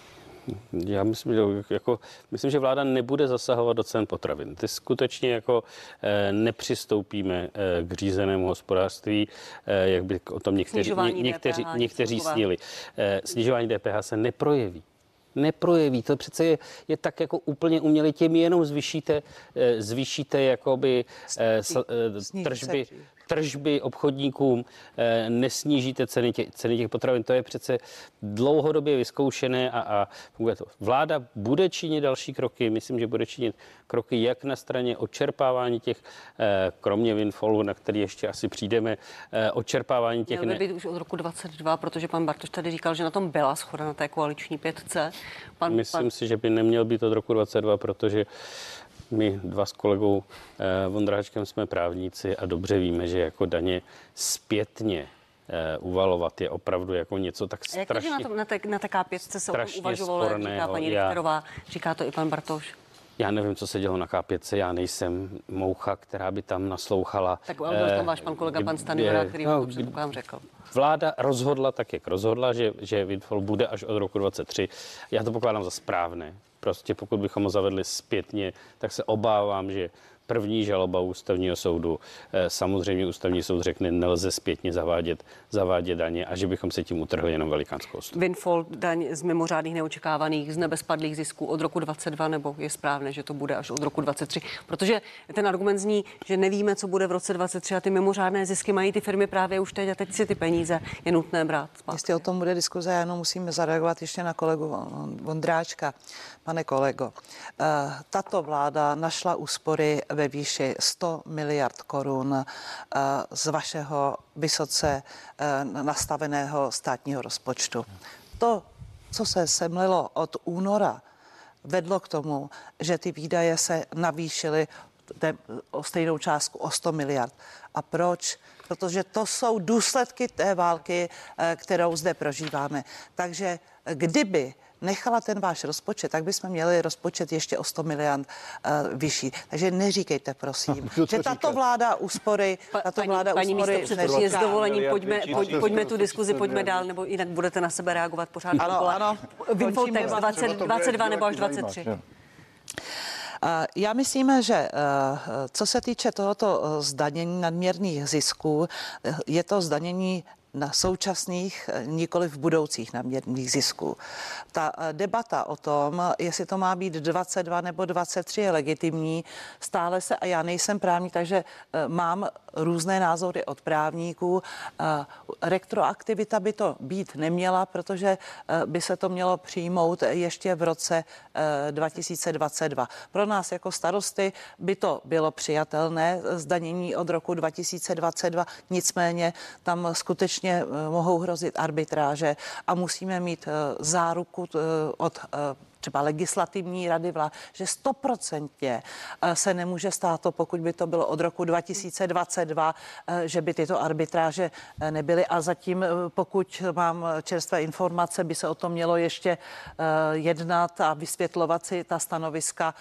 Já myslím, že, jako, myslím, že vláda nebude zasahovat do cen potravin. Ty skutečně jako e, nepřistoupíme e, k řízenému hospodářství, e, jak by o tom někteří, ně, někteří, někteří snili. E, snižování D P H se neprojeví. Neprojeví. To přece je, je tak jako úplně uměle, tím jenom zvýšíte, e, zvýšíte jakoby e, s, e, tržby. tržby obchodníkům, nesnížíte ceny těch, ceny těch potravin. To je přece dlouhodobě vyzkoušené a, a funguje to. Vláda bude činit další kroky. Myslím, že bude činit kroky jak na straně odčerpávání těch, kromě windfallu, na který ještě asi přijdeme, odčerpávání těch... Měl by být už od roku dvacet dva, protože pan Bartoš tady říkal, že na tom byla shoda na té koaliční pětce. Pan, Myslím pan... si, že by neměl být od roku dvacet dva, protože my dva s kolegou eh, Vondráčkem jsme právníci a dobře víme, že jako daně zpětně eh, uvalovat je opravdu jako něco tak strašně... A jak na, to, na, té, na té ká pětce se o tom uvažovalo, říká paní Richterová, říká to i pan Bartoš? Já nevím, co se dělo na K pět, já nejsem moucha, která by tam naslouchala. Tak ale byl tam váš pan kolega, pan Stanjura, který no, vám předpokládám řekl. Vláda rozhodla tak, jak rozhodla, že, že windfall bude až od roku dvacet tři. Já to pokládám za správné. Prostě pokud bychom ho zavedli zpětně, tak se obávám, že první žaloba ústavního soudu, samozřejmě ústavní soud řekne, nelze zpětně zavádět, zavádět daně a že bychom se tím utrhli jenom velikánskou ostudu. Windfall, daň z mimořádných neočekávaných, z nebezpadlých zisků od roku dvacet dva, nebo je správné, že to bude až od roku dvacet tři? Protože ten argument zní, že nevíme, co bude v roce dvacet tři a ty mimořádné zisky mají ty firmy právě už teď a teď si ty peníze je nutné brát zpátky. Jestli o tom bude diskuze, já jenom musím zareagovat ještě na kolegu Vondráčka. Pane kolego, tato vláda našla úspory ve výši sto miliard korun z vašeho vysoce nastaveného státního rozpočtu. To, co se semlilo od února, vedlo k tomu, že ty výdaje se navýšily o stejnou částku o sto miliard. A proč? Protože to jsou důsledky té války, kterou zde prožíváme. Takže kdyby nechala ten váš rozpočet, tak bychom měli rozpočet ještě o sto miliard uh, vyšší. Takže neříkejte, prosím, že tato říkat? vláda úspory, tato vláda paní úspory místopředsedkyně, s dovolením, pojďme, větší, pojď, než pojďme tu diskuzi, pojďme dál, nebo jinak budete na sebe reagovat pořád. Ano, ano. Windfall Končíme tax debatu. dvacet, dvacet dva nebo až dvacet tři. Já myslím, že co se týče tohoto zdanění nadměrných zisků, je to zdanění na současných, nikoli v budoucích nadměrných zisků. Ta debata o tom, jestli to má být dvacet dva nebo dvacet tři, je legitimní. Stále se, a já nejsem právník, takže mám různé názory od právníků. Retroaktivita by to být neměla, protože by se to mělo přijmout ještě v roce dva tisíce dvacet dva. Pro nás jako starosty by to bylo přijatelné zdanění od roku dva tisíce dvacet dva, nicméně tam skutečně mohou hrozit arbitráže a musíme mít záruku od třeba legislativní rady vlády, že stoprocentně se nemůže stát to, pokud by to bylo od roku dva tisíce dvacet dva, že by tyto arbitráže nebyly. A zatím, pokud mám čerstvé informace, by se o tom mělo ještě jednat a vysvětlovat si ta stanoviska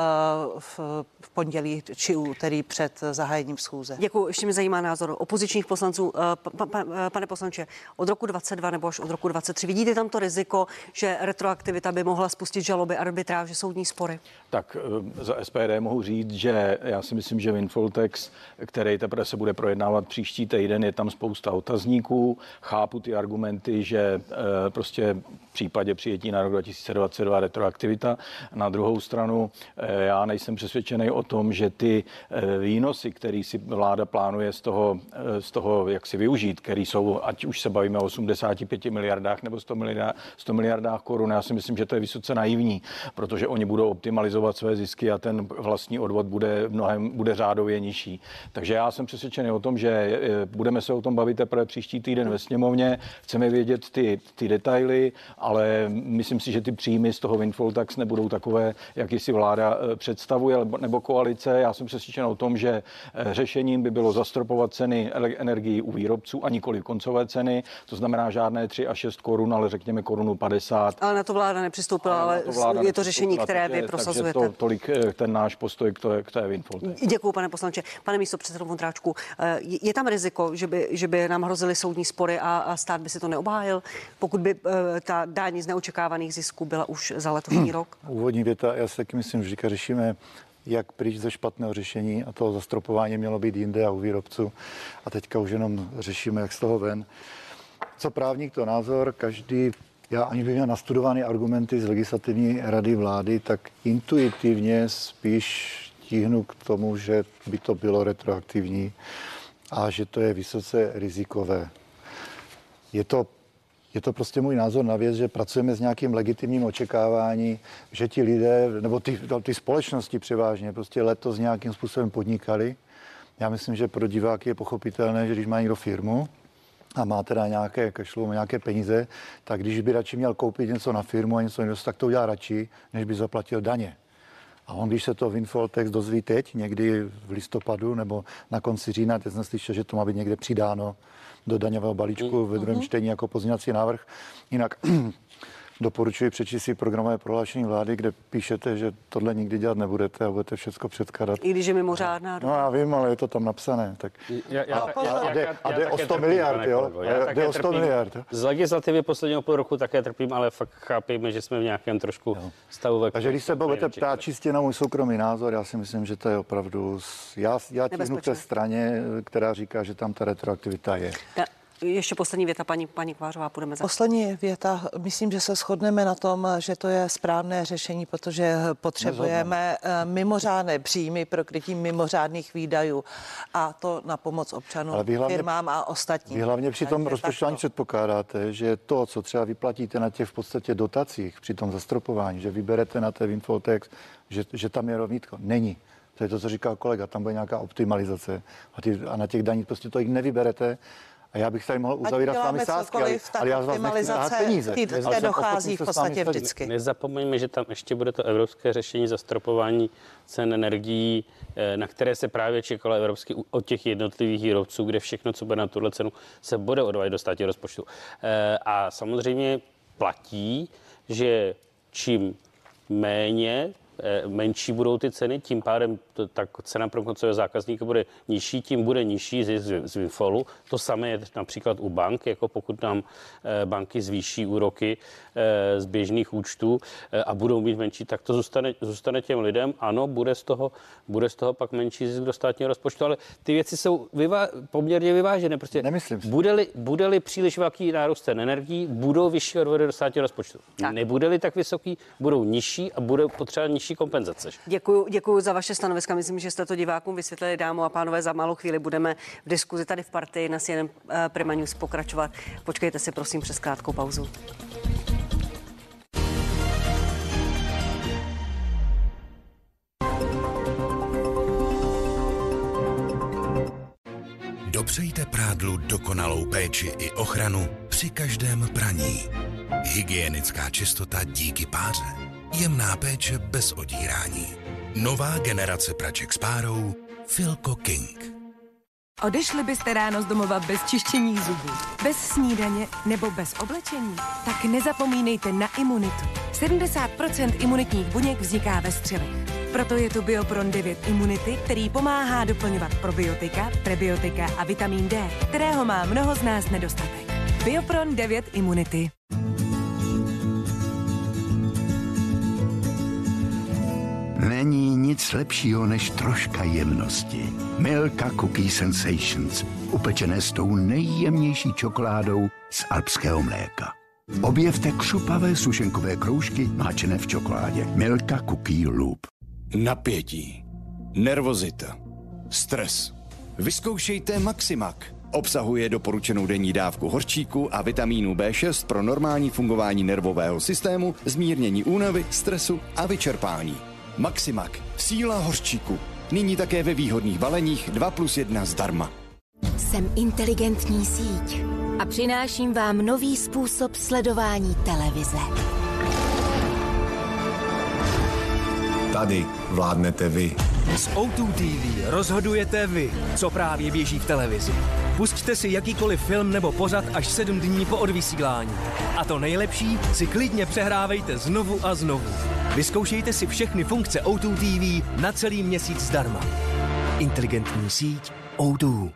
v, v pondělí či úterý před zahájením schůze. Děkuji, ještě mi zajímá názor opozičních poslanců. Pa, pa, pane poslanče, od roku dvacet dva nebo až od roku dvacet tři, vidíte tam to riziko, že retroaktivita by mohla spustit žaloby, arbitráže, soudní spory? Tak za S P D mohu říct, že já si myslím, že windfall tax, který teprve se bude projednávat příští týden, je tam spousta otazníků. Chápu ty argumenty, že prostě v případě přijetí na rok dva tisíce dvacet dva retroaktivita. Na druhou stranu já nejsem přesvědčený o tom, že ty výnosy, které si vláda plánuje z toho, z toho jak si využít, které jsou, ať už se bavíme o osmdesáti pěti miliardách nebo sto miliardách korun, já si myslím, že to je vysoce naivní, protože oni budou optimalizovat své zisky a ten vlastní odvod bude mnohem, bude řádově nižší. Takže já jsem přesvědčený o tom, že budeme se o tom bavit teprve příští týden ve sněmovně, chceme vědět ty, ty detaily, ale myslím si, že ty příjmy z toho windfall tax nebudou takové, jaký si vláda představuje, nebo koalice. Já jsem přesvědčen o tom, že řešením by bylo zastropovat ceny energií u výrobců a nikoli koncové ceny, to znamená žádné tři a šest korun, ale řekněme korunu padesát. Ale na to vláda nepřistoupila, ale je to řešení, které vy prosazujete. Takže to, tolik ten náš postoj k té, k té windfall tax. Děkuji, pane poslanče. Pane místopředsedo Vondráčku, je tam riziko, že by, že by nám hrozily soudní spory a, a stát by si to neobhájil, pokud by ta daň z neočekávaných zisků byla už za letošní rok? Úvodní věta, já si taky myslím, že říká, řešíme jak pryč ze špatného řešení a toho zastropování mělo být jinde a u výrobců a teďka už jenom řešíme, jak z toho ven. Co právník, to názor, každý, já ani bych měl nastudované argumenty z legislativní rady vlády, tak intuitivně spíš tíhnu k tomu, že by to bylo retroaktivní a že to je vysoce rizikové. Je to Je to prostě můj názor na věc, že pracujeme s nějakým legitimním očekávání, že ti lidé, nebo ty, ty společnosti převážně, prostě letos nějakým způsobem podnikali. Já myslím, že pro diváky je pochopitelné, že když má někdo firmu a má teda nějaké cashflow, nějaké peníze, tak když by radši měl koupit něco na firmu a něco jiného, tak to udělá radši, než by zaplatil daně. A on, když se to windfall tax dozví teď, někdy v listopadu nebo na konci října, teď jsem slyšel, že to má být někde přidáno do daňového balíčku ve druhém čtení jako pozměňovací návrh. Jinak doporučuji přečíst si programové prohlášení vlády, kde píšete, že tohle nikdy dělat nebudete a budete všechno předkládat. I když je mimořádná. No já vím, ale je to tam napsané. Tak... Já, já, a, já, a, já, jde, já, a jde já o sto trpím, miliard, jo? Já Jde o sto trpím. miliard. Z legislativy posledního půl roku také trpím, ale fakt chápejme, že jsme v nějakém trošku jo. stavu. Ve Takže když se budete ptát čistě na můj soukromý názor, já si myslím, že to je opravdu... Já, já tíhnu k té straně, která říká, že tam ta retroaktivita je. Ja. Ještě poslední věta, paní, paní Kovářová, půjdeme za. Poslední věta. Myslím, že se shodneme na tom, že to je správné řešení, protože potřebujeme mimořádné příjmy pro krytí mimořádných výdajů a to na pomoc občanům, hlavně, firmám a ostatním. Vy hlavně při tom rozpočtování předpokládáte, že to, co třeba vyplatíte na těch v podstatě dotacích při tom zastropování, že vyberete na té Windfall-tax, že, že tam je rovnítko. Není. To je to, co říkal kolega, tam bude nějaká optimalizace a, ty, a na těch daních prostě to jich nevyberete. A já bych tady mohl uzavírat s vámi sázky, ale, ale já z vás nechci dát peníze. Ty dochází v podstatě vždycky. Nezapomeňme, že tam ještě bude to evropské řešení zastropování cen energií, na které se právě čekalo evropsky od těch jednotlivých výrobců, kde všechno, co bude na tuhle cenu, se bude odvádět do státního rozpočtu. A samozřejmě platí, že čím méně menší budou ty ceny, tím pádem to, ta cena pro koncového zákazníka bude nižší, tím bude nižší zisk z windfallu. To samé je například u bank, jako pokud nám e, banky zvýší úroky e, z běžných účtů e, a budou mít menší, tak to zůstane, zůstane těm lidem. Ano, bude z toho, bude z toho pak menší zisk do státního rozpočtu, ale ty věci jsou vyvá, poměrně vyvážené. Prostě Nemyslím si. Bude-li, bude-li příliš velký nárůst cen energií, budou vyšší odvody do státního rozpočtu. Tak. Nebude-li tak vysoký, budou nižší a bude potřeba nižší kompenzace. Děkuju, děkuju za vaše stanoviska. Myslím, že jste to divákům vysvětlili, dámo a pánové. Za malou chvíli budeme v diskuzi tady v Partii na C N N Prima News pokračovat. Počkejte si prosím přes krátkou pauzu. Dopřejte prádlu dokonalou péči i ochranu při každém praní. Hygienická čistota díky páře. Jemná péče bez odírání. Nová generace praček s párou Filco King. Odešli byste ráno z domova bez čištění zubů, bez snídaně nebo bez oblečení? Tak nezapomínejte na imunitu. sedmdesát procent imunitních buněk vzniká ve střevech. Proto je tu Biopron devět Immunity, který pomáhá doplňovat probiotika, prebiotika a vitamin D, kterého má mnoho z nás nedostatek. Biopron devět Immunity. Není nic lepšího než troška jemnosti. Milka Cookie Sensations, upečené s tou nejjemnější čokoládou z alpského mléka. Objevte křupavé sušenkové kroužky máčené v čokoládě. Milka Cookie Loop. Napětí, nervozita, stres. Vyzkoušejte Maximak. Obsahuje doporučenou denní dávku hořčíku a vitamínu B šest pro normální fungování nervového systému, zmírnění únavy, stresu a vyčerpání. Maximak. Síla hořčíku. Nyní také ve výhodných baleních dva plus jedna zdarma. Jsem inteligentní síť a přináším vám nový způsob sledování televize. Tady vládnete vy. S O dva T V rozhodujete vy, co právě běží v televizi. Pusťte si jakýkoliv film nebo pořad až sedm dní po odvysílání. A to nejlepší si klidně přehrávejte znovu a znovu. Vyzkoušejte si všechny funkce O dva T V na celý měsíc zdarma. Inteligentní síť O dva.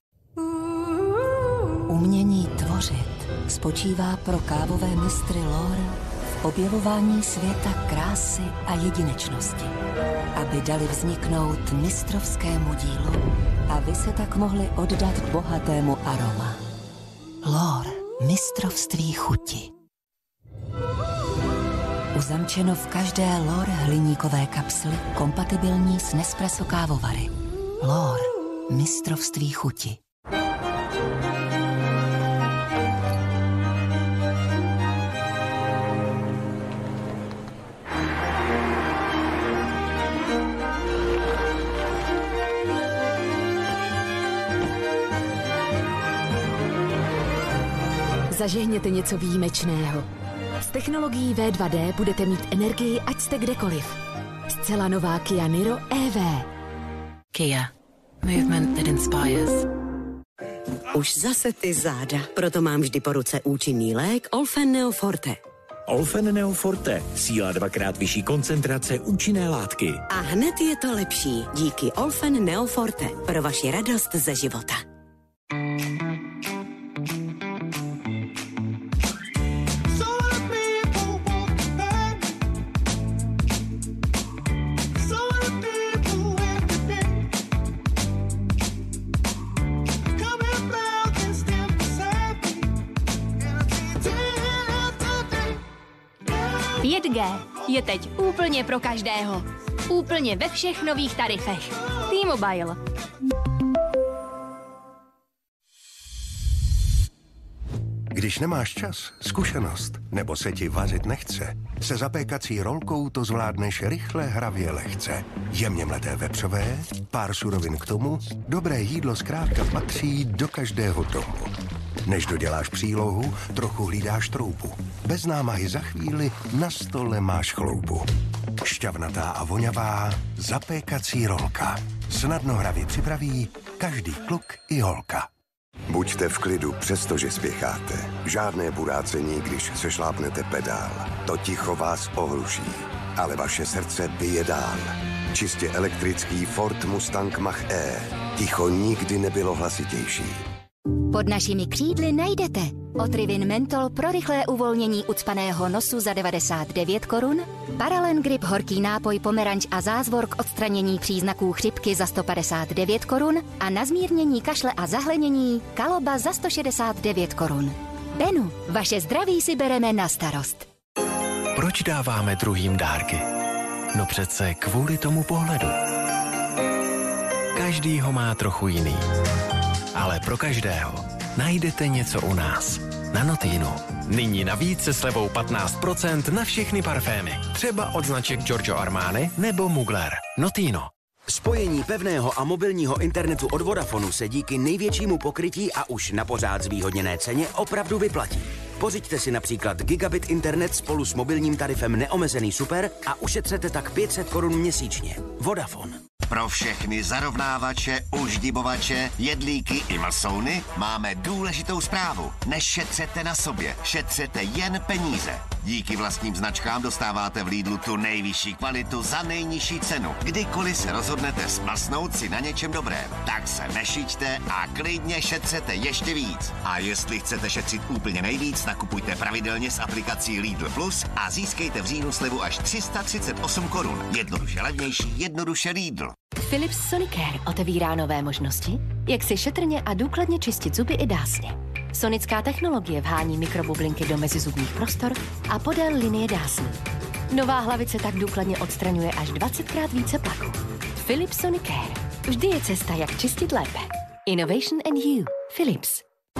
Umění tvořit spočívá pro kávové mistry L'Or v objevování světa krásy a jedinečnosti, aby dali vzniknout mistrovskému dílu a vy se tak mohli oddat k bohatému aroma. L'Or, mistrovství chuti. Uzamčeno v každé L'Or hliníkové kapsly kompatibilní s Nespresso kávovary. L'Or, mistrovství chuti. Zažehněte něco výjimečného. S technologií V dva D budete mít energii, ať jste kdekoliv. Zcela nová Kia Niro E V. Kia. Movement that inspires. Už zase ty záda. Proto mám vždy po ruce účinný lék Olfen Neoforte. Olfen Neoforte. Síla dvakrát vyšší koncentrace účinné látky. A hned je to lepší díky Olfen Neoforte. Pro vaši radost ze života. pět G je teď úplně pro každého. Úplně ve všech nových tarifech. T-Mobile. Když nemáš čas, zkušenost nebo se ti vařit nechce, se zapékací rolkou to zvládneš rychle, hravě, lehce. Jemně mleté vepřové, pár surovin k tomu, dobré jídlo zkrátka patří do každého domu. Než doděláš přílohu, trochu hlídáš troubu. Bez námahy za chvíli na stole máš chloubu. Šťavnatá a voňavá zapékací rolka. Snadno hravě připraví každý kluk i holka. Buďte v klidu, přestože spěcháte. Žádné burácení, když sešlápnete pedál. To ticho vás ohluší, ale vaše srdce bije dál. Čistě elektrický Ford Mustang Mach-E. Ticho nikdy nebylo hlasitější. Pod našimi křídly najdete Otrivin Mentol pro rychlé uvolnění ucpaného nosu za devadesát devět korun, Paralen Grip horký nápoj pomeranč a zázvor k odstranění příznaků chřipky za sto padesát devět korun a na zmírnění kašle a zahlenění Kaloba za sto šedesát devět korun. Benu, vaše zdraví si bereme na starost. Proč dáváme druhým dárky? No přece kvůli tomu pohledu. Každý ho má trochu jiný. Ale pro každého najdete něco u nás. Na Notinu. Nyní navíc se slevou patnáct procent na všechny parfémy. Třeba od značek Giorgio Armani nebo Mugler. Notino. Spojení pevného a mobilního internetu od Vodafonu se díky největšímu pokrytí a už na pořád zvýhodněné ceně opravdu vyplatí. Pořiďte si například gigabit internet spolu s mobilním tarifem Neomezený Super a ušetřete tak pět set korun měsíčně. Vodafone. Pro všechny zarovnávače, uždibovače, jedlíky i masouny máme důležitou zprávu. Nešetřete na sobě, šetřete jen peníze. Díky vlastním značkám dostáváte v Lidlu tu nejvyšší kvalitu za nejnižší cenu. Kdykoliv se rozhodnete smlsnout si na něčem dobrém, tak se nešiťte a klidně šetřete ještě víc. A jestli chcete šetřit úplně nejvíc, nakupujte pravidelně s aplikací Lidl Plus a získejte v říjnu slevu až tři sta třicet osm korun. Jednoduše levnější, jednoduše Lidl. Philips Sonicare otevírá nové možnosti, jak si šetrně a důkladně čistit zuby i dásně. Sonická technologie vhání mikrobublinky do mezizubních prostor a podél linie dásní. Nová hlavice tak důkladně odstraňuje až dvacetkrát více plaku. Philips Sonicare. Vždy je cesta, jak čistit lépe. Innovation and you. Philips.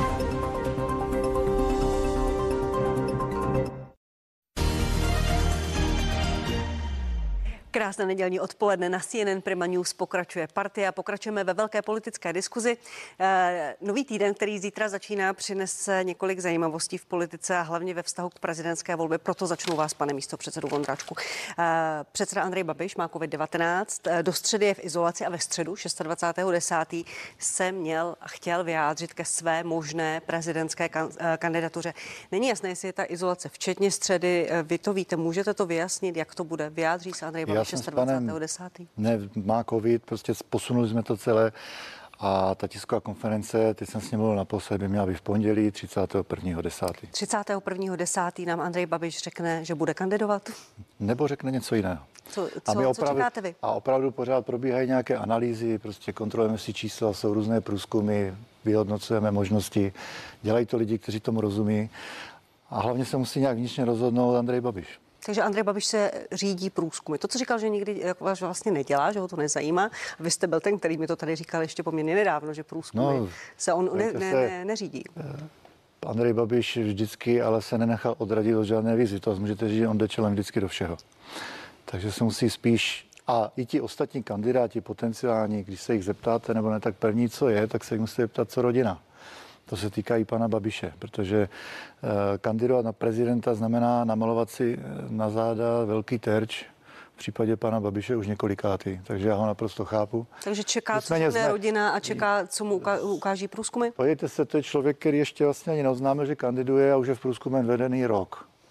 Krásné nedělní odpoledne na C N N Prima News pokračuje partie a pokračujeme ve velké politické diskuzi. E, nový týden, který zítra začíná, přinese několik zajímavostí v politice a hlavně ve vztahu k prezidentské volbě. Proto začnu vás, pane místopředsedu Vondráčku. E, předseda Andrej Babiš má covid devatenáct, do středy je v izolaci a ve středu dvacátého šestého desátého se měl a chtěl vyjádřit ke své možné prezidentské kan, kandidatuře. Není jasné, jestli je ta izolace včetně středy. Vy to víte, můžete to vyjasnit, jak to bude? Vyjádří se Andrej Babiš? dvacátého desátého Ne, má covid, prostě posunuli jsme to celé a ta tisková konference, teď jsem s ním mluvil naposled, by měla být v pondělí třicátého prvního desátého třicátého prvního desátého nám Andrej Babiš řekne, že bude kandidovat? Nebo řekne něco jiného. Co, co, a my opravdu, co čekáte vy? A opravdu pořád probíhají nějaké analýzy, prostě kontrolujeme si čísla, jsou různé průzkumy, vyhodnocujeme možnosti, dělají to lidi, kteří tomu rozumí a hlavně se musí nějak vnitřně rozhodnout Andrej Babiš. Takže Andrej Babiš se řídí průzkumy. To, co říkal, že nikdy vlastně nedělá, že ho to nezajímá. Vy jste byl ten, který mi to tady říkal ještě poměrně nedávno, že průzkumy no, se on ne, ne, ne, neřídí. Andrej Babiš vždycky ale se nenechal odradit od žádné výzvy. To můžete říct, že on jde čelem vždycky do všeho. Takže se musí spíš, a i ti ostatní kandidáti potenciální, když se jich zeptáte nebo ne, tak první, co je, tak se jich musíte zeptat, co rodina. To se týká i pana Babiše, protože uh, kandidovat na prezidenta znamená namalovat si na záda velký terč, v případě pana Babiše už několikátý, takže já ho naprosto chápu. Takže čeká, co řekne rodina a čeká, co mu uka- ukáží průzkumy? Pojďte se, to je člověk, který ještě vlastně ani neoznámil, že kandiduje a už je v průzkumem vedený rok.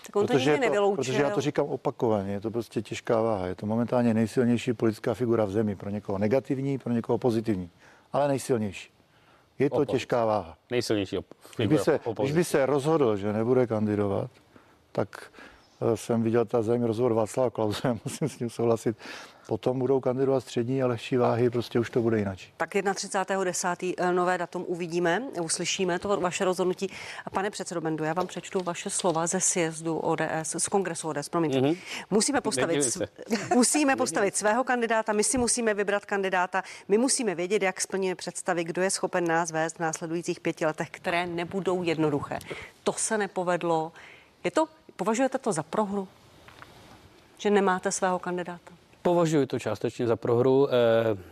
Tak on to protože, nikdy je to, nevyloučil. protože já to říkám opakovaně, je to prostě těžká váha. Je to momentálně nejsilnější politická figura v zemi. Pro někoho negativní, pro někoho pozitivní, ale nejsilnější. Je to Opozice. Těžká váha. Nejsilnější op- když, by se, opozice. když by se rozhodl, že nebude kandidovat, tak uh, jsem viděl ta zem rozhovor Václava Klause, musím s ním souhlasit. Potom budou kandidovat střední a lehčí váhy, prostě už to bude jinak. Tak třicátého prvního desátého nové datum uvidíme, uslyšíme to vaše rozhodnutí. A pane předsedo Bendu, já vám přečtu vaše slova ze sjezdu O D S, z kongresu O D S, promiňte. Mm-hmm. Musíme postavit, sv- musíme postavit svého kandidáta, my si musíme vybrat kandidáta, my musíme vědět, jak splníme představy, kdo je schopen nás vést v následujících pěti letech, které nebudou jednoduché. To se nepovedlo. Je to, považujete to za prohru, že nemáte svého kandidáta? Považuji to částečně za prohru. E,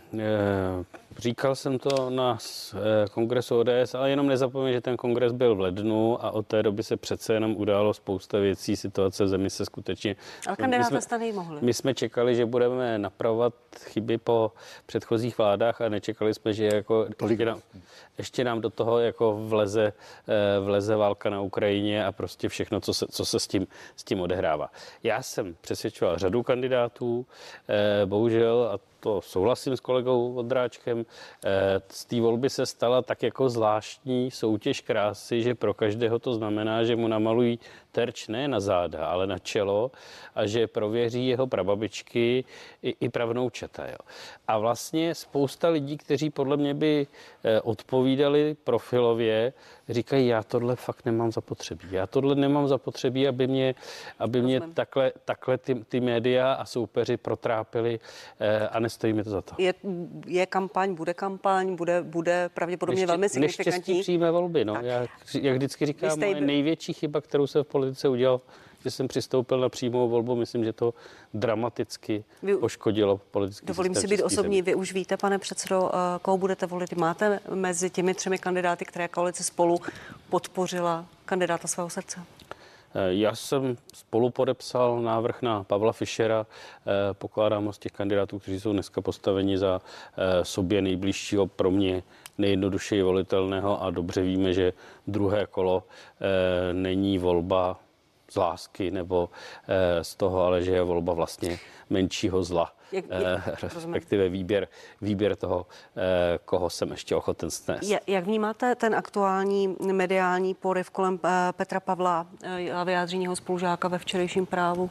e, říkal jsem to na e, kongresu O D S, ale jenom nezapomeň, že ten kongres byl v lednu a od té doby se přece jenom událo spousta věcí, situace v zemi se skutečně... Ale kandidáta jste nemohli. My jsme čekali, že budeme napravovat chyby po předchozích vládách a nečekali jsme, že jako ještě nám, ještě nám do toho jako vleze, e, vleze válka na Ukrajině a prostě všechno, co se, co se s tím, s tím odehrává. Já jsem přesvědčoval řadu kandidátů, e, bohužel, a to souhlasím s kolegou Vondráčkem, z té volby se stala tak jako zvláštní soutěž krásy, že pro každého to znamená, že mu namalují terč ne na záda, ale na čelo a že prověří jeho prababičky i, i pravnoučata. Jo. A vlastně spousta lidí, kteří podle mě by odpovídali profilově, říkají, já tohle fakt nemám zapotřebí. Já tohle nemám zapotřebí, aby mě, aby mě takhle, takhle ty, ty média a soupeři protrápili a nestojí mi to za to. Je, je kampaň, bude kampaň, bude, bude pravděpodobně Neště, velmi signifikantní. Neštěstí přímé volby. No. Já, jak vždycky říkám, moje největší chyba, kterou jsem v politice udělal, že jsem přistoupil na přímou volbu, myslím, že to dramaticky Vy, poškodilo politický Dovolím si být osobní. Vy už víte, pane předsedo, koho budete volit. Máte mezi těmi třemi kandidáty, které koalice Spolu podpořila, kandidáta svého srdce? Já jsem spolu podepsal návrh na Pavla Fischera. Pokládám ho z těch kandidátů, kteří jsou dneska postaveni za sobě nejbližšího, pro mě nejjednodušeji volitelného, a dobře víme, že druhé kolo není volba z lásky nebo z toho, ale že je volba vlastně menšího zla. Jak, jak, respektive výběr, výběr toho, koho jsem ještě ochoten snést. Jak vnímáte ten aktuální mediální poryv kolem Petra Pavla a vyjádření jeho spolužáka ve včerejším Právu?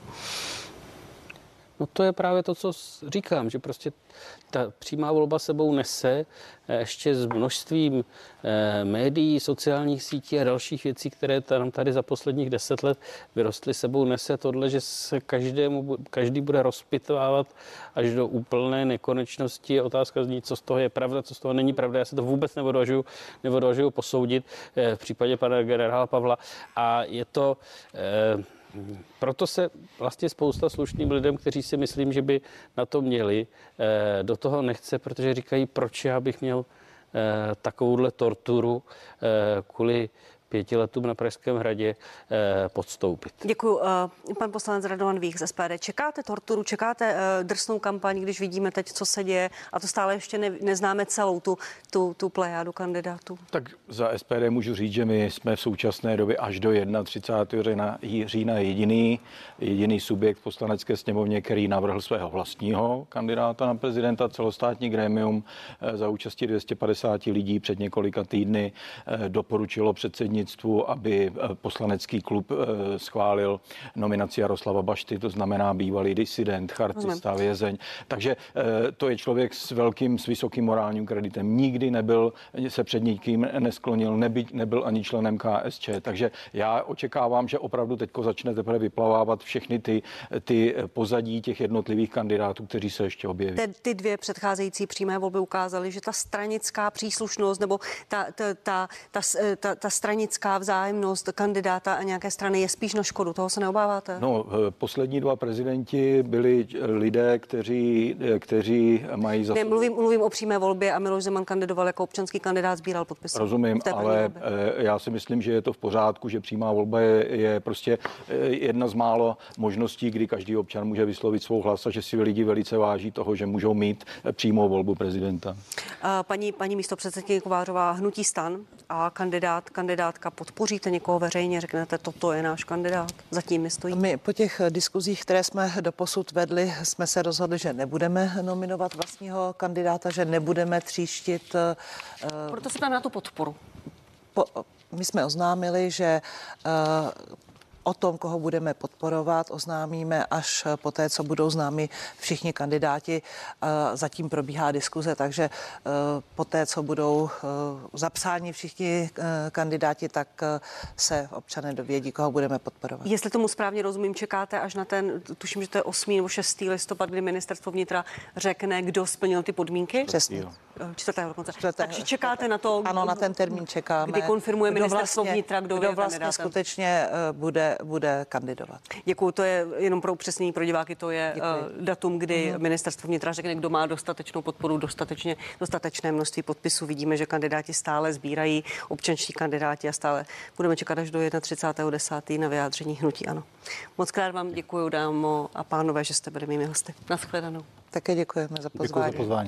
No to je právě to, co říkám, že prostě ta přímá volba sebou nese ještě s množstvím eh, médií, sociálních sítí a dalších věcí, které tam tady za posledních deset let vyrostly, sebou nese tohle, že se každému, každý bude rozpitvávat až do úplné nekonečnosti. Otázka zní, co z toho je pravda, co z toho není pravda. Já se to vůbec neodvažuji, neodvažuji posoudit eh, v případě pana generála Pavla. A je to... Eh, Proto se vlastně spousta slušným lidem, kteří si myslím, že by na to měli, do toho nechce, protože říkají, proč já bych měl takovouhle torturu kvůli pěti letům na Pražském hradě eh, podstoupit. Děkuji. Uh, pan poslanec Radovan Vích z S P D. Čekáte torturu, čekáte uh, drsnou kampaň, když vidíme teď, co se děje, a to stále ještě ne, neznáme celou tu, tu, tu plejádu kandidátů? Tak za S P D můžu říct, že my jsme v současné době až do třicátého prvního října jediný, jediný subjekt v poslanecké sněmovně, který navrhl svého vlastního kandidáta na prezidenta. Celostátní grémium eh, za účasti dvě stě padesát lidí před několika týdny eh, doporučilo předsednictví, aby poslanecký klub schválil nominaci Jaroslava Bašty, to znamená bývalý disident, chartista, vězeň. Takže to je člověk s velkým, s vysokým morálním kreditem. Nikdy nebyl, se před nikým nesklonil, nebyl, nebyl ani členem K S Č. Takže já očekávám, že opravdu teďko začne teprve vyplavávat všechny ty, ty pozadí těch jednotlivých kandidátů, kteří se ještě objeví. Ty, ty dvě předcházející přímé volby ukázaly, že ta stranická příslušnost nebo ta, ta, ta, ta, ta, ta stranická vzájemnost kandidáta a nějaké strany je spíš na škodu. Toho se neobáváte? No, poslední dva prezidenti byli lidé, kteří, kteří mají za... Ne, mluvím, mluvím o přímé volbě a Miloš Zeman kandidoval jako občanský kandidát, sbíral podpisy. Rozumím, ale já si myslím, že je to v pořádku, že přímá volba je, je prostě jedna z málo možností, kdy každý občan může vyslovit svou hlas a že si lidi velice váží toho, že můžou mít přímou volbu prezidenta. Paní, paní místopředsedkyně Kovářová, hnutí STAN a kandidát, kandidát kandidátka? Podpoříte někoho veřejně, řeknete, toto je náš kandidát, zatím mi stojí? My po těch diskuzích, které jsme doposud vedli, jsme se rozhodli, že nebudeme nominovat vlastního kandidáta, že nebudeme tříštit. Proto se ptám na tu podporu. Po, my jsme oznámili, že uh, o tom, koho budeme podporovat, oznámíme až poté, co budou známi všichni kandidáti. Zatím probíhá diskuze, takže poté, co budou zapsáni všichni kandidáti, tak se občané dovědí, koho budeme podporovat. Jestli tomu správně rozumím, čekáte až na ten, tuším, že to je osmý nebo šestý listopad, kdy ministerstvo vnitra řekne, kdo splnil ty podmínky? Přesně. Čtvrtého dokonce. Čtvrté, Takže čekáte na to? Ano, na ten termín čekáme. Kdy konfirmuje ministerstvo vlastně, vnitra, kdo, kdo je vlastně kandidátem. skutečně bude, bude kandidovat. Děkuju, to je jenom pro upřesnění pro diváky, to je uh, datum, kdy Mhm. ministerstvo vnitra řekne, kdo má dostatečnou podporu, dostatečně, dostatečné množství podpisů. Vidíme, že kandidáti stále sbírají, občanští kandidáti, a stále budeme čekat až do třicátého prvního desátého na vyjádření hnutí ANO. Moc krát vám děkuji, dámo a pánové, že jste byli mými hosty. Naschledanou. Také děkujeme za pozvání. Děkuji za pozvání.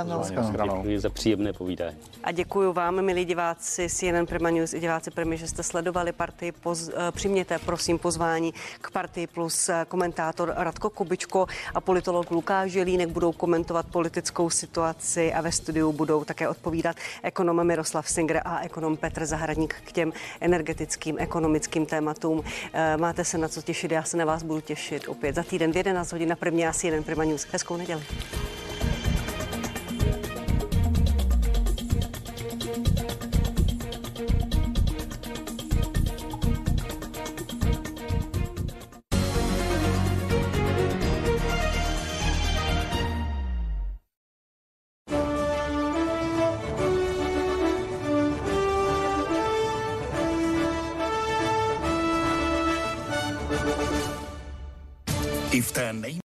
Děkuji za příjemné povídání. A děkuji vám, milí diváci C N N Prima News i diváci Primy, že jste sledovali Partii. Poz, přijměte prosím pozvání k Partii Plus. Komentátor Radko Kubičko a politolog Lukáš Želínek budou komentovat politickou situaci a ve studiu budou také odpovídat ekonom Miroslav Singer a ekonom Petr Zahradník k těm energetickým, ekonomickým tématům. Máte se na co těšit, já se na vás budu těšit opět za týden v jedenáct hodin na Primě a C N N Prima News. Hezkou neděli. I v té nej